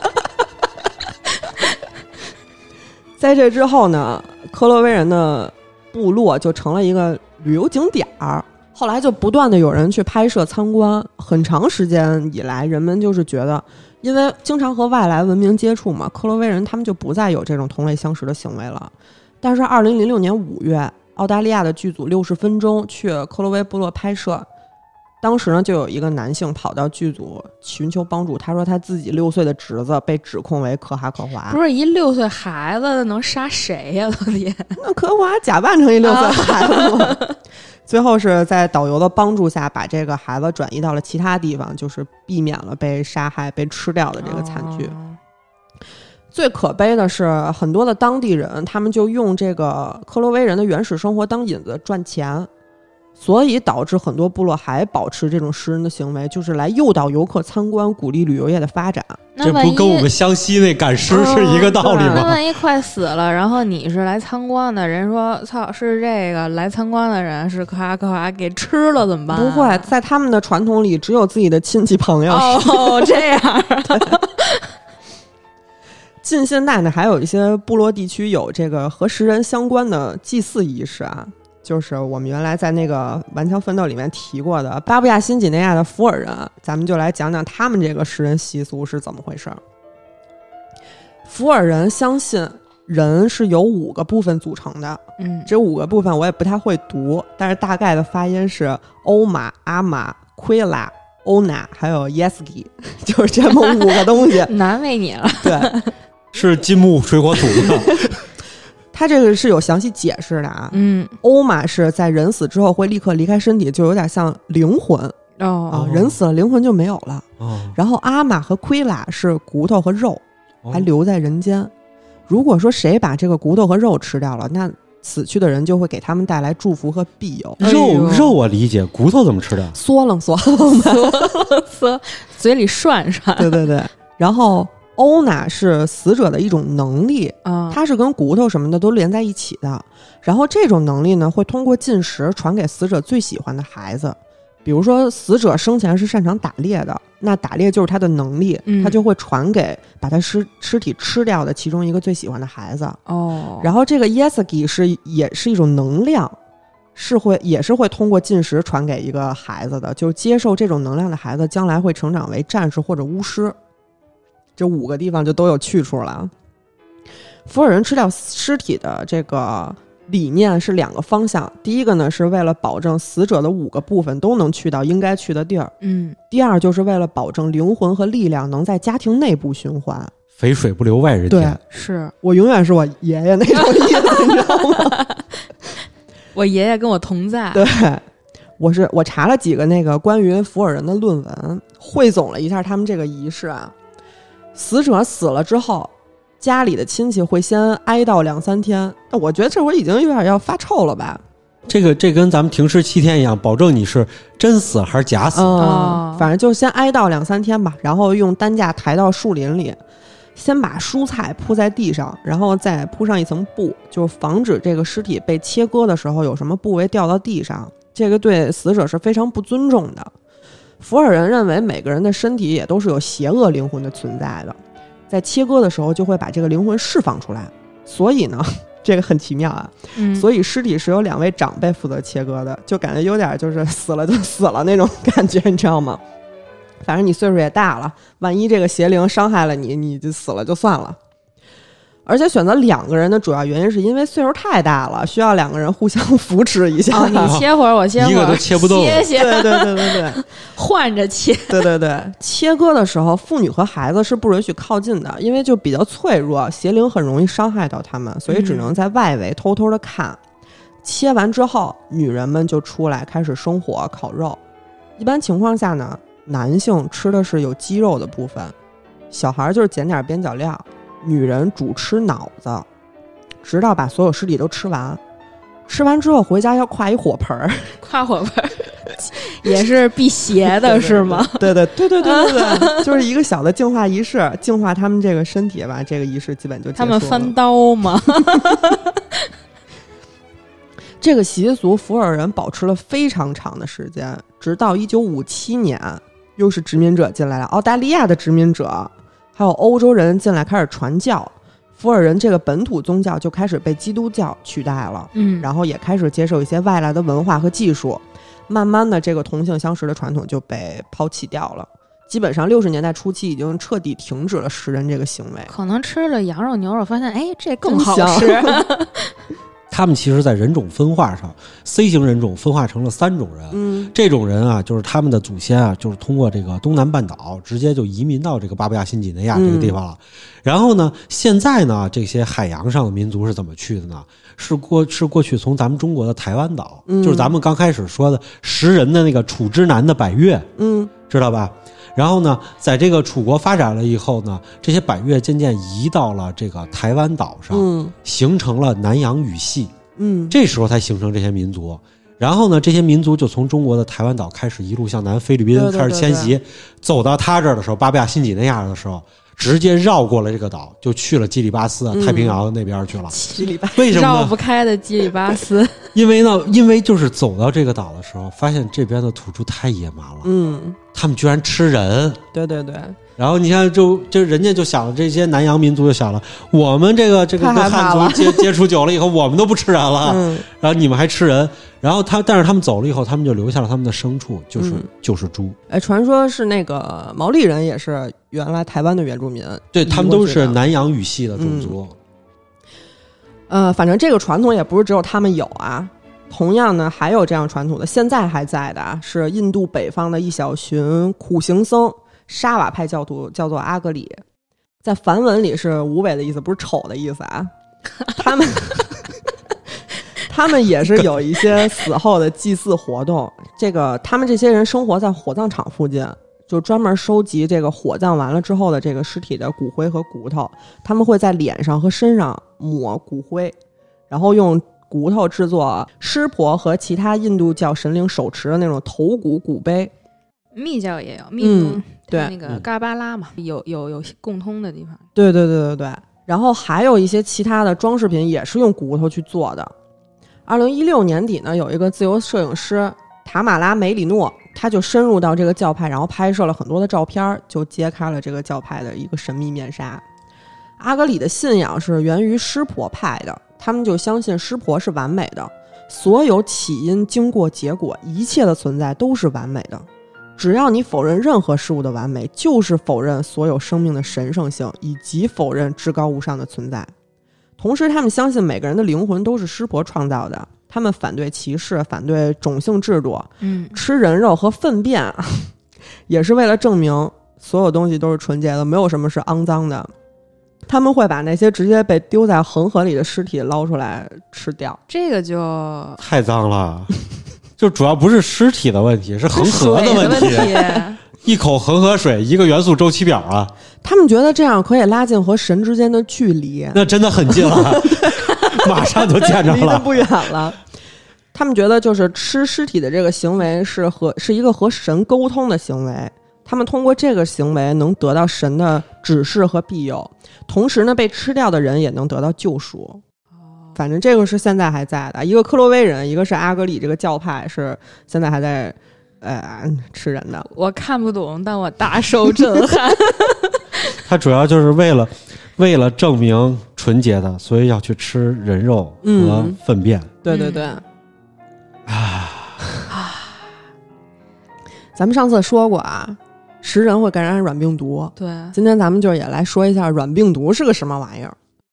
在这之后呢，克洛威人的部落就成了一个旅游景点儿。后来就不断的有人去拍摄参观，很长时间以来，人们就是觉得。因为经常和外来文明接触嘛，克洛威人他们就不再有这种同类相食的行为了。但是二零零六年五月，澳大利亚的剧组六十分钟去克洛威部落拍摄，当时呢就有一个男性跑到剧组寻求帮助，他说他自己六岁的侄子被指控为科哈克华。 不是一六岁孩子能杀谁呀、啊？老爹， 那科华假扮成一六岁孩子吗？最后是在导游的帮助下，把这个孩子转移到了其他地方，就是避免了被杀害、被吃掉的这个惨剧。哦、最可悲的是，很多的当地人他们就用这个克洛威人的原始生活当引子赚钱，所以导致很多部落还保持这种食人的行为，就是来诱导游客参观，鼓励旅游业的发展。 这不跟我们湘西那赶尸是一个道理吗？ 那万一快死了，然后你是来参观的人说操，是这个来参观的人是科哈克华给吃了怎么办、啊？ 不会，在他们的传统里只有自己的亲戚朋友。 哦，这样。 近现代呢，还有一些部落地区有这个和食人相关的祭祀仪式啊，就是我们原来在那个顽强奋斗里面提过的巴布亚新几内亚的福尔人，咱们就来讲讲他们这个食人习俗是怎么回事。福尔人相信人是由五个部分组成的，嗯，这五个部分我也不太会读，但是大概的发音是欧玛、阿玛、奎拉、欧纳还有耶斯基，就是这么五个东西。 难为你了。 对， 是金木水火土的。 他这个是有详细解释的啊。 嗯， 欧玛是在人死之后会立刻离开身体，就有点像灵魂。 哦、 啊，人死了灵魂就没有了。 哦， 然后阿玛和奎拉是骨头和肉，还留在人间。哦、如果说谁把这个骨头和肉吃掉了，那死去的人就会给他们带来祝福和庇佑。 肉肉我理解，骨头怎么吃的？ 嗦楞嗦楞的，嗦嘴里涮涮。 对对对，然后。欧纳是死者的一种能力， 嗯， 它是跟骨头什么的都连在一起的。然后这种能力呢，会通过进食传给死者最喜欢的孩子。比如说，死者生前是擅长打猎的，那打猎就是他的能力， 嗯、 他就会传给把他尸尸体吃掉的其中一个最喜欢的孩子。 哦， 然后这个 Yesagi 是也是一种能量，是会也是会通过进食传给一个孩子的，就是接受这种能量的孩子，将来会成长为战士或者巫师。这五个地方就都有去处了。福尔人吃掉尸体的这个理念是两个方向，第一个呢是为了保证死者的五个部分都能去到应该去的地儿， 嗯， 第二就是为了保证灵魂和力量能在家庭内部循环， 肥水不流外人田。 对， 是我永远是我爷爷那种意思，你知道吗？ 我爷爷跟我同在。 对，我是我查了几个那个关于福尔人的论文，汇总了一下他们这个仪式啊。死者死了之后，家里的亲戚会先哀悼两三天，但我觉得这会儿已经有点要发臭了吧。 这个这跟咱们停尸七天一样，保证你是真死还是假死。 嗯， 哦、 反正就先哀悼两三天吧，然后用担架抬到树林里，先把蔬菜铺在地上，然后再铺上一层布，就防止这个尸体被切割的时候有什么部位掉到地上，这个对死者是非常不尊重的。福尔人认为每个人的身体也都是有邪恶灵魂的存在的，在切割的时候就会把这个灵魂释放出来，所以呢这个很奇妙啊、 嗯、 所以尸体是由两位长辈负责切割的，就感觉有点就是死了就死了那种感觉，你知道吗？反正你岁数也大了，万一这个邪灵伤害了你，你就死了就算了。 而且选择两个人的主要原因是因为岁数太大了，需要两个人互相扶持一下。 哦、你切会儿，我切会儿， 一个都切不动。 谢谢。 对对对对对， 换着切。 对对对，切割的时候，妇女和孩子是不允许靠近的，因为就比较脆弱，邪灵很容易伤害到他们，所以只能在外围偷偷的看。嗯、切完之后，女人们就出来开始生火烤肉。一般情况下呢，男性吃的是有肌肉的部分，小孩就是捡点边角料，女人主吃脑子，直到把所有尸体都吃完。吃完之后回家要跨一火盆儿， 跨火盆儿也是辟邪的是吗？ 对对对对对对对，就是一个小的净化仪式，净化他们这个身体吧。这个仪式基本就结束了。 他们翻刀吗？ 这个习俗福尔人保持了非常长的时间，直到一九五七年，又是殖民者进来了，澳大利亚的殖民者还有欧洲人进来开始传教，福尔人这个本土宗教就开始被基督教取代了， 嗯， 然后也开始接受一些外来的文化和技术，慢慢的这个同性相识的传统就被抛弃掉了。基本上六十年代初期已经彻底停止了食人这个行为， 可能吃了羊肉牛肉发现哎这更好吃。 他们其实在人种分化上 C 型人种分化成了三种人、 嗯、 这种人啊就是他们的祖先啊就是通过这个东南半岛直接就移民到这个巴布亚新几内亚这个地方了、嗯、然后呢现在呢这些海洋上的民族是怎么去的呢？是过是过去从咱们中国的台湾岛、嗯、就是咱们刚开始说的食人的那个楚之南的百越，嗯，知道吧？然后呢在这个楚国发展了以后呢，这些百越渐渐移到了这个台湾岛上、嗯、形成了南洋语系，嗯，这时候才形成这些民族。然后呢这些民族就从中国的台湾岛开始一路向南菲律宾开始迁徙，对对对对，走到他这儿的时候巴布亚新几内亚的时候直接绕过了这个岛，就去了基里巴斯、嗯、太平洋那边去了。 基里巴斯为什么呢？ 绕不开的基里巴斯。 因为呢，因为就是走到这个岛的时候，发现这边的土著太野蛮了，嗯，他们居然吃人。 对对对。 然后你看就，就就人家就想了，这些南洋民族就想了，我们这个这个跟汉族接接触久了以后，我们都不吃人了，嗯，然后你们还吃人。然后他，但是他们走了以后，他们就留下了他们的牲畜，就是、嗯、就是猪。 哎，传说是那个毛利人也是原来台湾的原住民， 对，他们都是南洋语系的种族。 嗯、呃，反正这个传统也不是只有他们有啊。同样呢，还有这样传统的，现在还在的啊，是印度北方的一小群苦行僧。沙瓦派教徒叫做阿格里，在梵文里是无为的意思，不是丑的意思啊。他们他们也是有一些死后的祭祀活动，这个他们这些人生活在火葬场附近，就专门收集这个火葬完了之后的这个尸体的骨灰和骨头，他们会在脸上和身上抹骨灰，然后用骨头制作湿婆和其他印度教神灵手持的那种头骨骨碑。 密教也有，密宗、 嗯、对那个嘎巴拉嘛，有有有共通的地方。 对对对对对。然后还有一些其他的装饰品也是用骨头去做的。二零一六年底呢，有一个自由摄影师塔马拉梅里诺，他就深入到这个教派，然后拍摄了很多的照片，就揭开了这个教派的一个神秘面纱。阿格里的信仰是源于湿婆派的，他们就相信湿婆是完美的，所有起因、经过、结果，一切的存在都是完美的。只要你否认任何事物的完美，就是否认所有生命的神圣性，以及否认至高无上的存在。同时他们相信每个人的灵魂都是湿婆创造的，他们反对歧视，反对种姓制度，嗯，吃人肉和粪便也是为了证明所有东西都是纯洁的，没有什么是肮脏的。他们会把那些直接被丢在恒河里的尸体捞出来吃掉， 这个就太脏了。就主要不是尸体的问题，是恒河的问题。一口恒河水，一个元素周期表啊。 他们觉得这样可以拉近和神之间的距离， 那真的很近了，马上就见着了， 离得不远了。他们觉得就是吃尸体的这个行为是和是一个和神沟通的行为，他们通过这个行为能得到神的指示和庇佑，同时呢，被吃掉的人也能得到救赎。反正这个是现在还在的，一个克洛威人，一个是阿格里，这个教派是现在还在呃吃人的。 我看不懂，但我大受震撼。 他主要就是为了为了证明纯洁的，所以要去吃人肉和粪便。 嗯、对对对。 啊、 嗯、咱们上次说过啊，食人会感染软病毒。 对。 今天咱们就也来说一下软病毒是个什么玩意儿。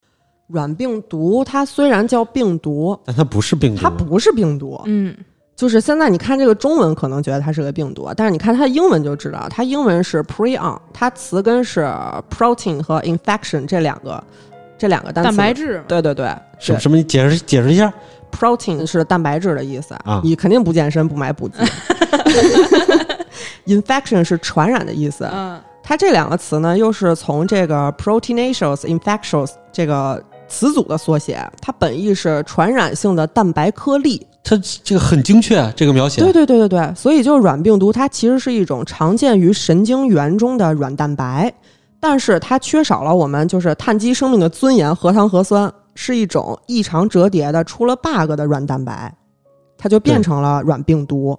软病毒它虽然叫病毒， 但它不是病毒， 它不是病毒。 嗯， 就是现在你看这个中文可能觉得它是个病毒，但是你看它英文就知道，它英文是 prion， 它词根是 protein 和 infection 这两个这两个单词。 蛋白质。 对对对。 什么什么？你解释解释一下。 protein 是蛋白质的意思啊， 你肯定不健身不买补剂。infection 是传染的意思。 嗯， 它这两个词呢，又是从这个 proteinaceous infectious 这个词组的缩写，它本意是传染性的蛋白颗粒。 它这个很精确，这个描写。 对对对对对，所以就是软病毒，它其实是一种常见于神经元中的软蛋白，但是它缺少了我们就是碳基生命的尊严，核糖核酸，是一种异常折叠的出了 bug 的软蛋白，它就变成了软病毒。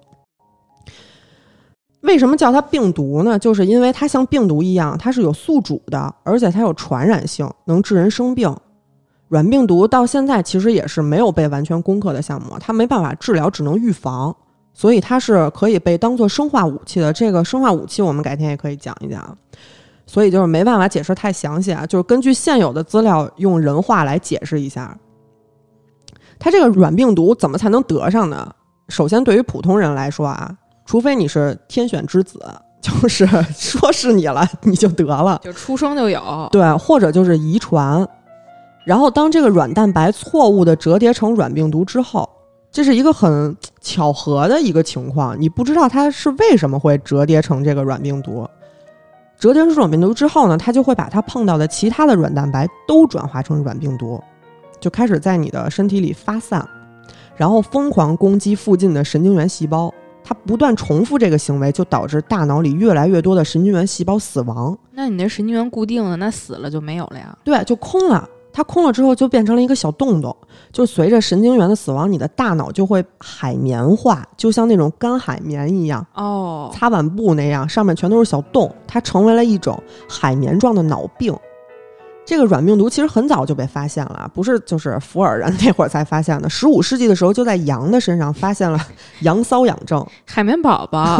为什么叫它病毒呢？就是因为它像病毒一样，它是有宿主的，而且它有传染性，能致人生病。软病毒到现在其实也是没有被完全攻克的项目，它没办法治疗，只能预防，所以它是可以被当作生化武器的。这个生化武器我们改天也可以讲一讲，所以就是没办法解释太详细啊，就是根据现有的资料用人话来解释一下。它这个软病毒怎么才能得上呢？首先对于普通人来说啊，除非你是天选之子，就是说是你了你就得了， 就出生就有。 对，或者就是遗传。然后当这个软蛋白错误的折叠成软病毒之后，这是一个很巧合的一个情况，你不知道它是为什么会折叠成这个软病毒。折叠成软病毒之后呢，它就会把它碰到的其他的软蛋白都转化成软病毒，就开始在你的身体里发散，然后疯狂攻击附近的神经元细胞。它不断重复这个行为，就导致大脑里越来越多的神经元细胞死亡。 那你那神经元固定了，那死了就没有了呀？ 对，就空了。它空了之后就变成了一个小洞洞，就随着神经元的死亡，你的大脑就会海绵化，就像那种干海绵一样， 哦， 擦碗布那样，上面全都是小洞，它成为了一种海绵状的脑病。这个软病毒其实很早就被发现了，不是就是福尔人那会儿才发现的。十五世纪的时候，就在羊的身上发现了羊瘙痒症。 海绵宝宝。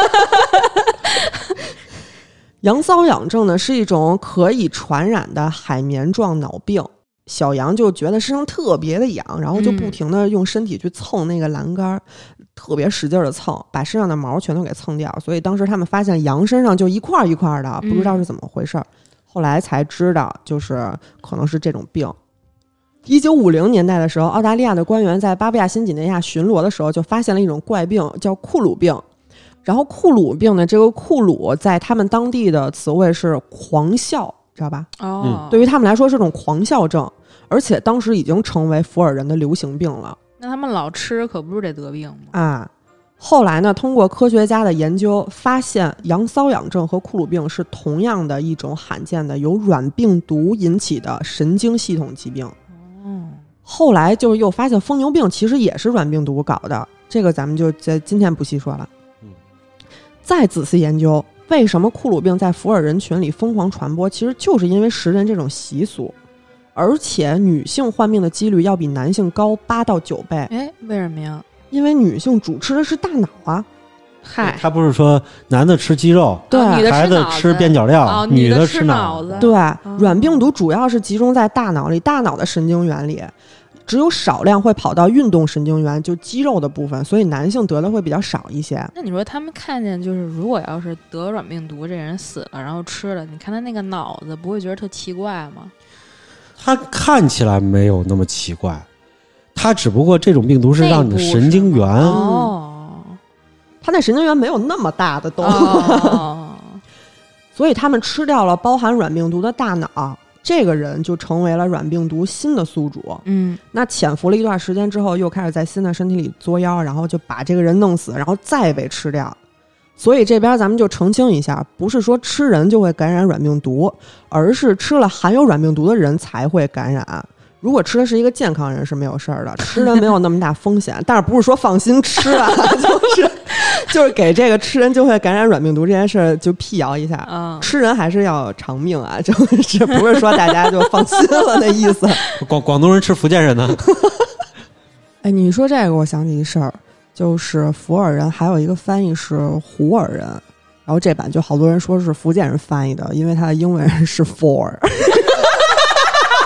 羊瘙痒症呢是一种可以传染的海绵状脑病，小羊就觉得身上特别的痒，然后就不停的用身体去蹭那个栏杆、嗯、特别使劲的蹭，把身上的毛全都给蹭掉。所以当时他们发现羊身上就一块一块的，不知道是怎么回事、嗯、后来才知道就是可能是这种病。一九五零年代的时候，澳大利亚的官员在巴布亚新几内亚巡逻的时候就发现了一种怪病，叫库鲁病。然后库鲁病呢，这个库鲁在他们当地的词汇是狂笑，知道吧？ 哦， 对于他们来说是种狂笑症，而且当时已经成为福尔人的流行病了。 那他们老吃可不是得得病吗？ 啊，后来呢，通过科学家的研究，发现羊瘙痒症和库鲁病是同样的一种罕见的由软病毒引起的神经系统疾病。 哦， 后来就又发现疯牛病其实也是软病毒搞的，这个咱们就在今天不细说了。再仔细研究为什么库鲁病在福尔人群里疯狂传播，其实就是因为食人这种习俗，而且女性患病的几率要比男性高八到九倍。 哎，为什么呀？ 因为女性主吃的是大脑啊。 嗨， 他不是说男的吃鸡肉， 对， 孩子吃边角料， 哦、 女的吃脑子。 对、哦，软病毒主要是集中在大脑里，大脑的神经元里。只有少量会跑到运动神经元，就肌肉的部分，所以男性得的会比较少一些。 那你说他们看见就是如果要是得软病毒这人死了然后吃了，你看他那个脑子不会觉得特奇怪吗？ 他看起来没有那么奇怪，他只不过这种病毒是让你的神经元哦， 他那神经元没有那么大的洞、 哦、 所以他们吃掉了包含软病毒的大脑，这个人就成为了软病毒新的宿主。 嗯， 那潜伏了一段时间之后，又开始在新的身体里作妖，然后就把这个人弄死，然后再被吃掉。所以这边咱们就澄清一下，不是说吃人就会感染软病毒，而是吃了含有软病毒的人才会感染。如果吃的是一个健康人是没有事儿的，吃人没有那么大风险。但是不是说放心吃啊，就是就是给这个吃人就会感染软病毒这件事儿就辟谣一下、 嗯、 吃人还是要长命啊，就是不是说大家就放心了的意思。 广广东人吃福建人呢。 哎，你说这个我想起一事儿，就是福尔人还有一个翻译是胡尔人，然后这版就好多人说是福建人翻译的，因为他的英文是 for。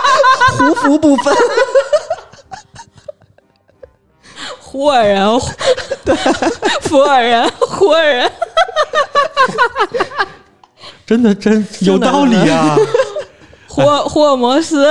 胡服不分。 胡尔人，对，福尔人，胡尔人， 真的真有道理啊！ 霍霍尔摩斯。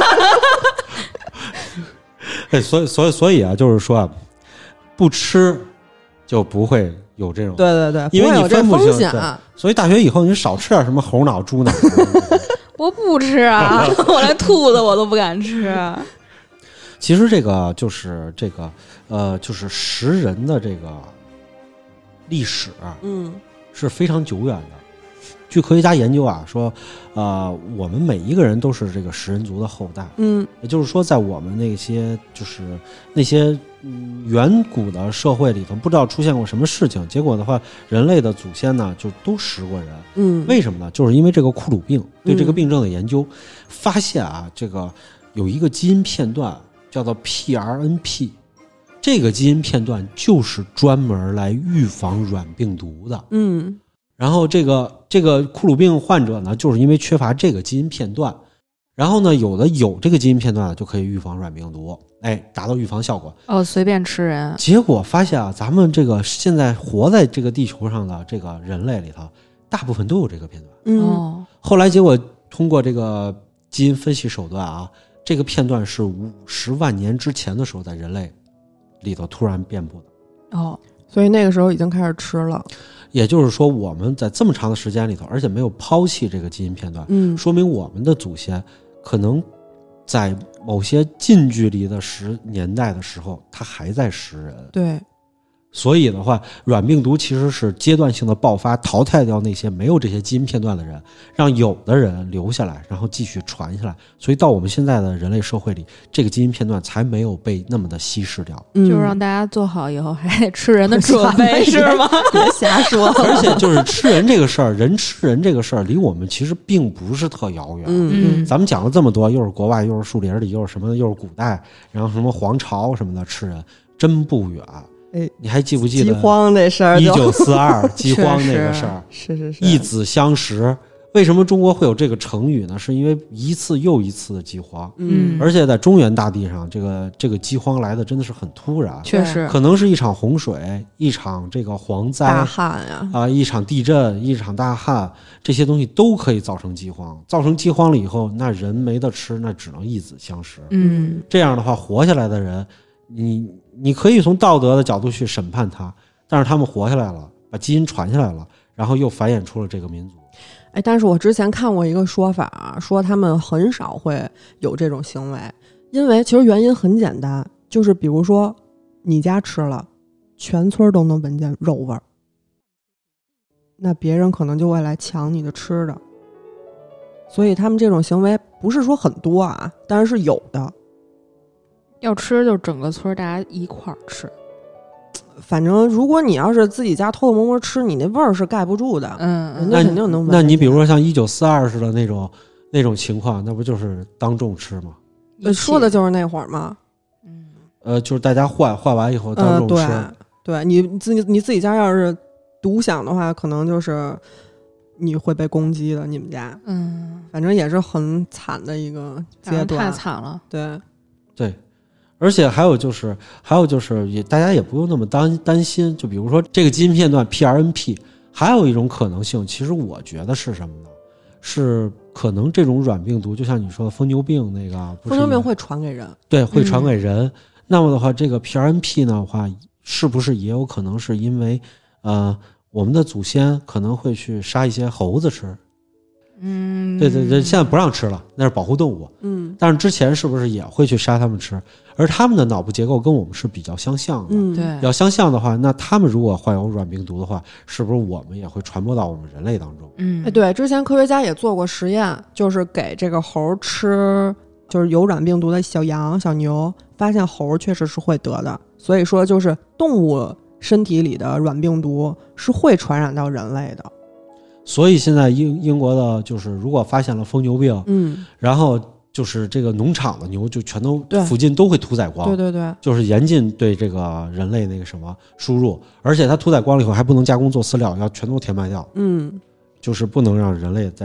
哎，所以所以所以啊，就是说啊，不吃就不会有这种， 对对对， 因为你分不清风险。 所以大学以后你少吃点什么猴脑、猪脑。 我不吃啊，我连兔子我都不敢吃。 其实这个就是这个呃，就是食人的这个历史， 嗯， 是非常久远的。据科学家研究啊，说，呃，我们每一个人都是这个食人族的后代。 嗯， 也就是说，在我们那些就是那些嗯远古的社会里头，不知道出现过什么事情，结果的话，人类的祖先呢就都食过人。 嗯， 为什么呢？就是因为这个库鲁病对这个病症的研究，嗯、发现啊，这个有一个基因片段叫做 P R N P， 这个基因片段就是专门来预防软病毒的。 嗯。 然后这个这个库鲁病患者呢，就是因为缺乏这个基因片段，然后呢，有的有这个基因片段就可以预防软病毒，哎，达到预防效果。 哦，随便吃人。 结果发现啊，咱们这个现在活在这个地球上的这个人类里头，大部分都有这个片段。 嗯。 哦。 后来结果通过这个基因分析手段啊，这个片段是五十万年之前的时候在人类里头突然遍布的。 哦。 所以那个时候已经开始吃了。 也就是说，我们在这么长的时间里头，而且没有抛弃这个基因片段， 嗯， 说明我们的祖先可能在某些近距离的时年代的时候，他还在食人。 对， 所以的话，软病毒其实是阶段性的爆发，淘汰掉那些没有这些基因片段的人，让有的人留下来，然后继续传下来。所以到我们现在的人类社会里，这个基因片段才没有被那么的稀释掉。 嗯、 就是让大家做好以后还得吃人的准备，是吗？ 别瞎说。 而且就是吃人这个事儿，人吃人这个事儿，离我们其实并不是特遥远。 嗯嗯， 咱们讲了这么多，又是国外，又是树林里，又是什么，又是古代，然后什么皇朝什么的，吃人真不远。 哎， 你还记不记得饥荒那事儿？ 一九四二饥荒那个事儿， 是是是， 一子相食。为什么中国会有这个成语呢？是因为一次又一次的饥荒， 嗯， 而且在中原大地上，这个这个饥荒来的真的是很突然， 确实， 可能是一场洪水，一场这个蝗灾、 大旱呀， 啊、呃，一场地震，一场大旱，这些东西都可以造成饥荒。造成饥荒了以后，那人没得吃，那只能一子相食。 嗯， 这样的话，活下来的人，你你可以从道德的角度去审判他，但是他们活下来了，把基因传下来了，然后又繁衍出了这个民族。 哎，但是我之前看过一个说法，说他们很少会有这种行为，因为其实原因很简单，就是比如说你家吃了，全村都能闻见肉味儿，那别人可能就会来抢你的吃的，所以他们这种行为不是说很多啊，但是是有的。 要吃就整个村大家一块儿吃。 反正如果你要是自己家偷偷摸摸吃，你那味儿是盖不住的。 嗯， 人家肯定能闻。 那你比如说像一九四二似的那种那种情况，那不就是当众吃吗？ 呃，说的就是那会儿嘛。 嗯， 呃，就是大家换换完以后当众吃。 呃、对，对你自己你自己家要是独享的话，可能就是你会被攻击的。你们家， 嗯， 反正也是很惨的一个阶段， 太惨了。 对， 对。而且还有就是，还有就是也，大家也不用那么担担心。就比如说这个基因片段 P R N P， 还有一种可能性，其实我觉得是什么呢？是可能这种软病毒，就像你说的疯牛病那个， 疯牛病会传给人， 对，会传给人。嗯、那么的话，这个 P R N P 呢的话，是不是也有可能是因为呃，我们的祖先可能会去杀一些猴子吃？ 嗯， 对对对，现在不让吃了，那是保护动物。 嗯， 但是之前是不是也会去杀它们吃？而他们的脑部结构跟我们是比较相像的。 嗯， 对。 要相像的话，那他们如果患有软病毒的话，是不是我们也会传播到我们人类当中？ 嗯， 哎，对，之前科学家也做过实验，就是给这个猴吃，就是有软病毒的小羊、小牛，发现猴确实是会得的。所以说，就是动物身体里的软病毒是会传染到人类的。 所以现在英英国的就是如果发现了疯牛病， 嗯， 然后就是这个农场的牛就全都附近都会屠宰光， 对对对， 就是严禁对这个人类那个什么输入，而且它屠宰光了以后还不能加工做饲料，要全都填埋掉， 嗯， 就是不能让人类再来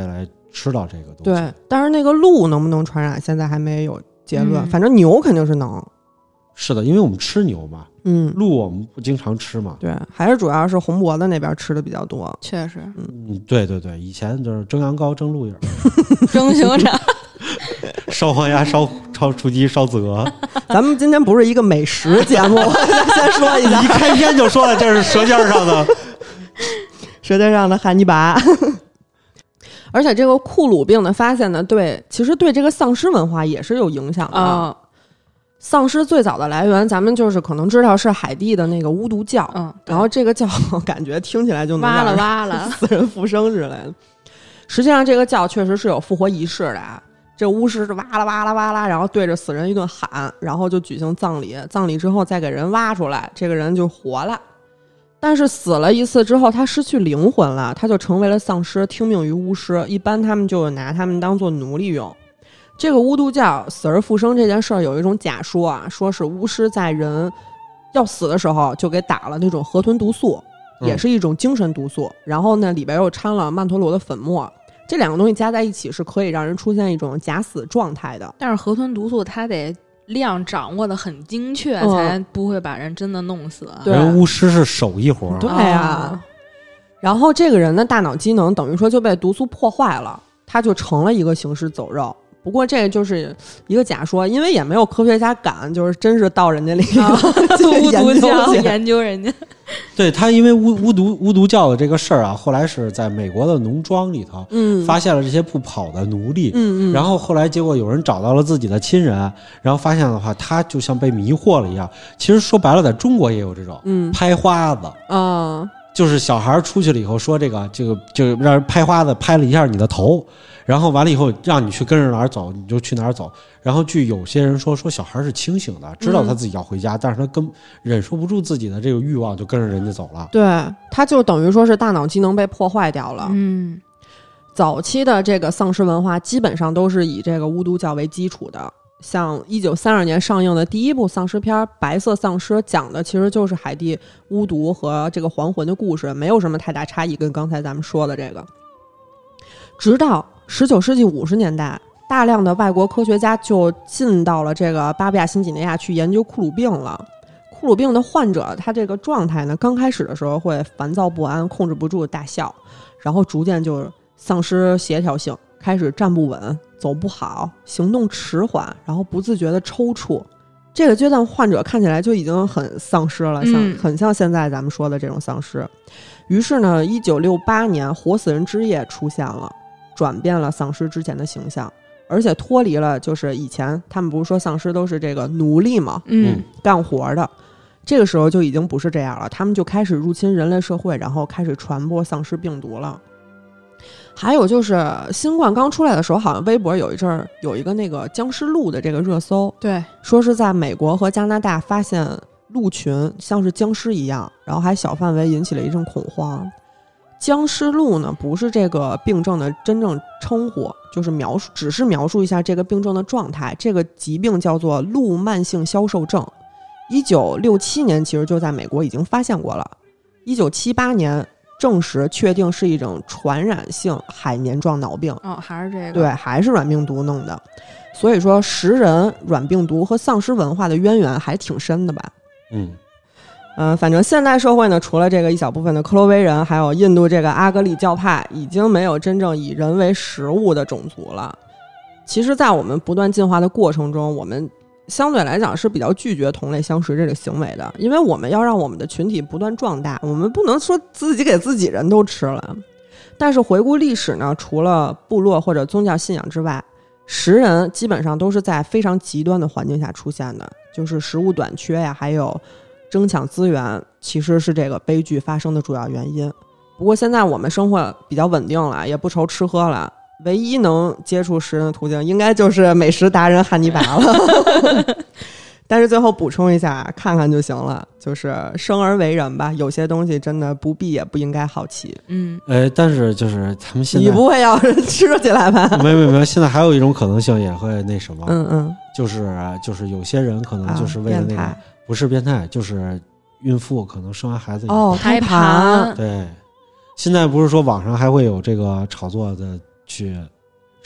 吃到这个东西。 对，但是那个鹿能不能传染，现在还没有结论。 嗯、 反正牛肯定是能。 是的，因为我们吃牛嘛， 嗯， 鹿我们不经常吃嘛。 对，还是主要是红脖子那边吃的比较多。 确实， 嗯，对对对，以前就是蒸羊羔、蒸鹿眼、 蒸熊掌、 烧黄鸭、烧烧雏鸡、烧子鹅。 咱们今天不是一个美食节目，先说一下， 一开篇就说了这是舌尖上的， 舌尖上的汉尼拔。而且这个库鲁病的发现呢，对，其实对这个丧尸文化也是有影响的。 哦， 丧尸最早的来源，咱们就是可能知道是海地的那个巫毒教， 嗯， 然后这个教感觉听起来就能挖了挖了死人复生之类的。实际上，这个教确实是有复活仪式的啊。这巫师是哇啦哇啦哇啦，然后对着死人一顿喊，然后就举行葬礼，葬礼之后再给人挖出来，这个人就活了。但是死了一次之后，他失去灵魂了，他就成为了丧尸，听命于巫师。一般他们就拿他们当做奴隶用。这个巫毒教死而复生这件事儿有一种假说啊，说是巫师在人要死的时候就给打了那种河豚毒素，也是一种精神毒素，嗯、然后呢里边又掺了曼陀罗的粉末。这两个东西加在一起是可以让人出现一种假死状态的。 但是河豚毒素它得量掌握的很精确，嗯、才不会把人真的弄死。 对， 人巫师是手艺活。 对啊、哦。然后这个人的大脑机能等于说就被毒素破坏了，他就成了一个行尸走肉。不过这个就是一个假说，因为也没有科学家敢就是真是到人家里头、哦、 巫毒教研究人家。 对，他因为巫巫毒巫毒教的这个事儿啊，后来是在美国的农庄里头，嗯，发现了这些不跑的奴隶， 嗯嗯， 然后后来结果有人找到了自己的亲人，然后发现的话，他就像被迷惑了一样。其实说白了，在中国也有这种，嗯，拍花子啊。嗯， 就是小孩出去了以后说这个这个就让人拍花子拍了一下你的头，然后完了以后让你去跟着哪儿走你就去哪儿走。然后据有些人说说小孩是清醒的，知道他自己要回家，嗯、但是他根忍受不住自己的这个欲望，就跟着人家走了。 对，他就等于说是大脑机能被破坏掉了。 嗯， 早期的这个丧尸文化基本上都是以这个巫毒教为基础的。像一九三二年上映的第一部丧尸片《白色丧尸》，讲的其实就是海地巫毒和这个还魂的故事，没有什么太大差异，跟刚才咱们说的这个。直到十九世纪五十年代，大量的外国科学家就进到了这个巴布亚新几内亚去研究库鲁病了。库鲁病的患者他这个状态呢，刚开始的时候会烦躁不安，控制不住大笑，然后逐渐就丧失协调性，开始站不稳，走不好，行动迟缓，然后不自觉的抽搐。这个阶段患者看起来就已经很丧尸了，像、嗯、很像现在咱们说的这种丧尸。于是呢一九六八年活死人之夜出现了，转变了丧尸之前的形象，而且脱离了就是以前他们不是说丧尸都是这个奴隶嘛， 嗯， 干活的。这个时候就已经不是这样了，他们就开始入侵人类社会，然后开始传播丧尸病毒了。还有就是新冠刚出来的时候，好像微博有一阵儿有一个那个僵尸鹿的这个热搜， 对， 说是在美国和加拿大发现鹿群像是僵尸一样，然后还小范围引起了一阵恐慌。僵尸鹿呢不是这个病症的真正称呼，就是描述只是描述一下这个病症的状态。这个疾病叫做鹿慢性消瘦症，一九六七年其实就在美国已经发现过了，一九七八年证实确定是一种传染性海绵状脑病。 哦，还是这个？ 对，还是软病毒弄的。所以说食人、软病毒和丧尸文化的渊源还挺深的吧。 嗯嗯、呃，反正现代社会呢，除了这个一小部分的克罗维人，还有印度这个阿格里教派，已经没有真正以人为食物的种族了。其实在我们不断进化的过程中，我们相对来讲是比较拒绝同类相食这个行为的，因为我们要让我们的群体不断壮大，我们不能说自己给自己人都吃了。但是回顾历史呢，除了部落或者宗教信仰之外，食人基本上都是在非常极端的环境下出现的，就是食物短缺呀，还有争抢资源，其实是这个悲剧发生的主要原因。不过现在我们生活比较稳定了，也不愁吃喝了，唯一能接触食人的途径应该就是美食达人汉尼拔了。但是最后补充一下，看看就行了，就是生而为人吧，有些东西真的不必也不应该好奇。 嗯， 哎，但是就是他们现在你不会要吃起来吧？ 没没没，现在还有一种可能性也会那什么， 嗯嗯， 就是就是有些人可能就是为了那个、啊、不是变态，就是孕妇可能生完孩子以后哦胎盘， 对，现在不是说网上还会有这个炒作的去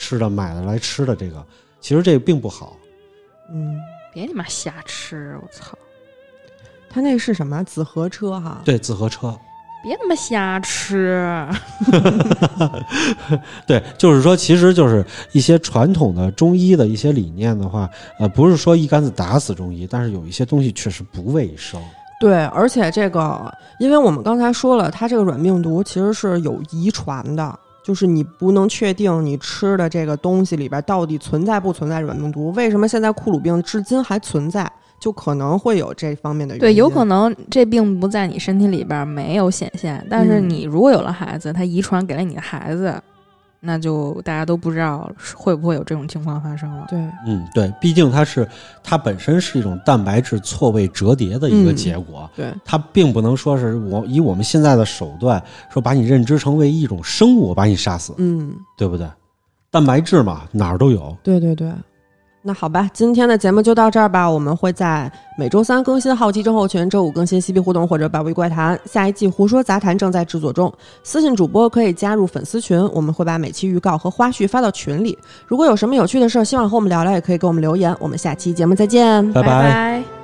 吃的买的来吃的这个，其实这个并不好。 嗯， 别你妈瞎吃，我操！ 他那是什么紫河车哈？ 对，紫河车。 别他妈瞎吃。 对，就是说其实就是一些传统的中医的一些理念的话，呃，不是说一竿子打死中医，但是有一些东西确实不卫生。 对，而且这个因为我们刚才说了，它这个软病毒其实是有遗传的，就是你不能确定你吃的这个东西里边到底存在不存在软病毒。为什么现在库鲁病至今还存在，就可能会有这方面的原因。 对，有可能这病不在你身体里边没有显现，但是你如果有了孩子，它遗传给了你的孩子，那就大家都不知道会不会有这种情况发生了。 对， 嗯，对，毕竟它是它本身是一种蛋白质错位折叠的一个结果， 嗯、对， 它并不能说是我以我们现在的手段说把你认知成为一种生物把你杀死， 嗯， 对不对？蛋白质嘛，哪儿都有。 对对对。那好吧，今天的节目就到这儿吧。我们会在每周三更新好奇症候群，周五更新嬉皮互动或者百味怪谈。下一季胡说杂谈正在制作中，私信主播可以加入粉丝群，我们会把每期预告和花絮发到群里。如果有什么有趣的事希望和我们聊聊，也可以给我们留言。我们下期节目再见， 拜拜。 拜拜。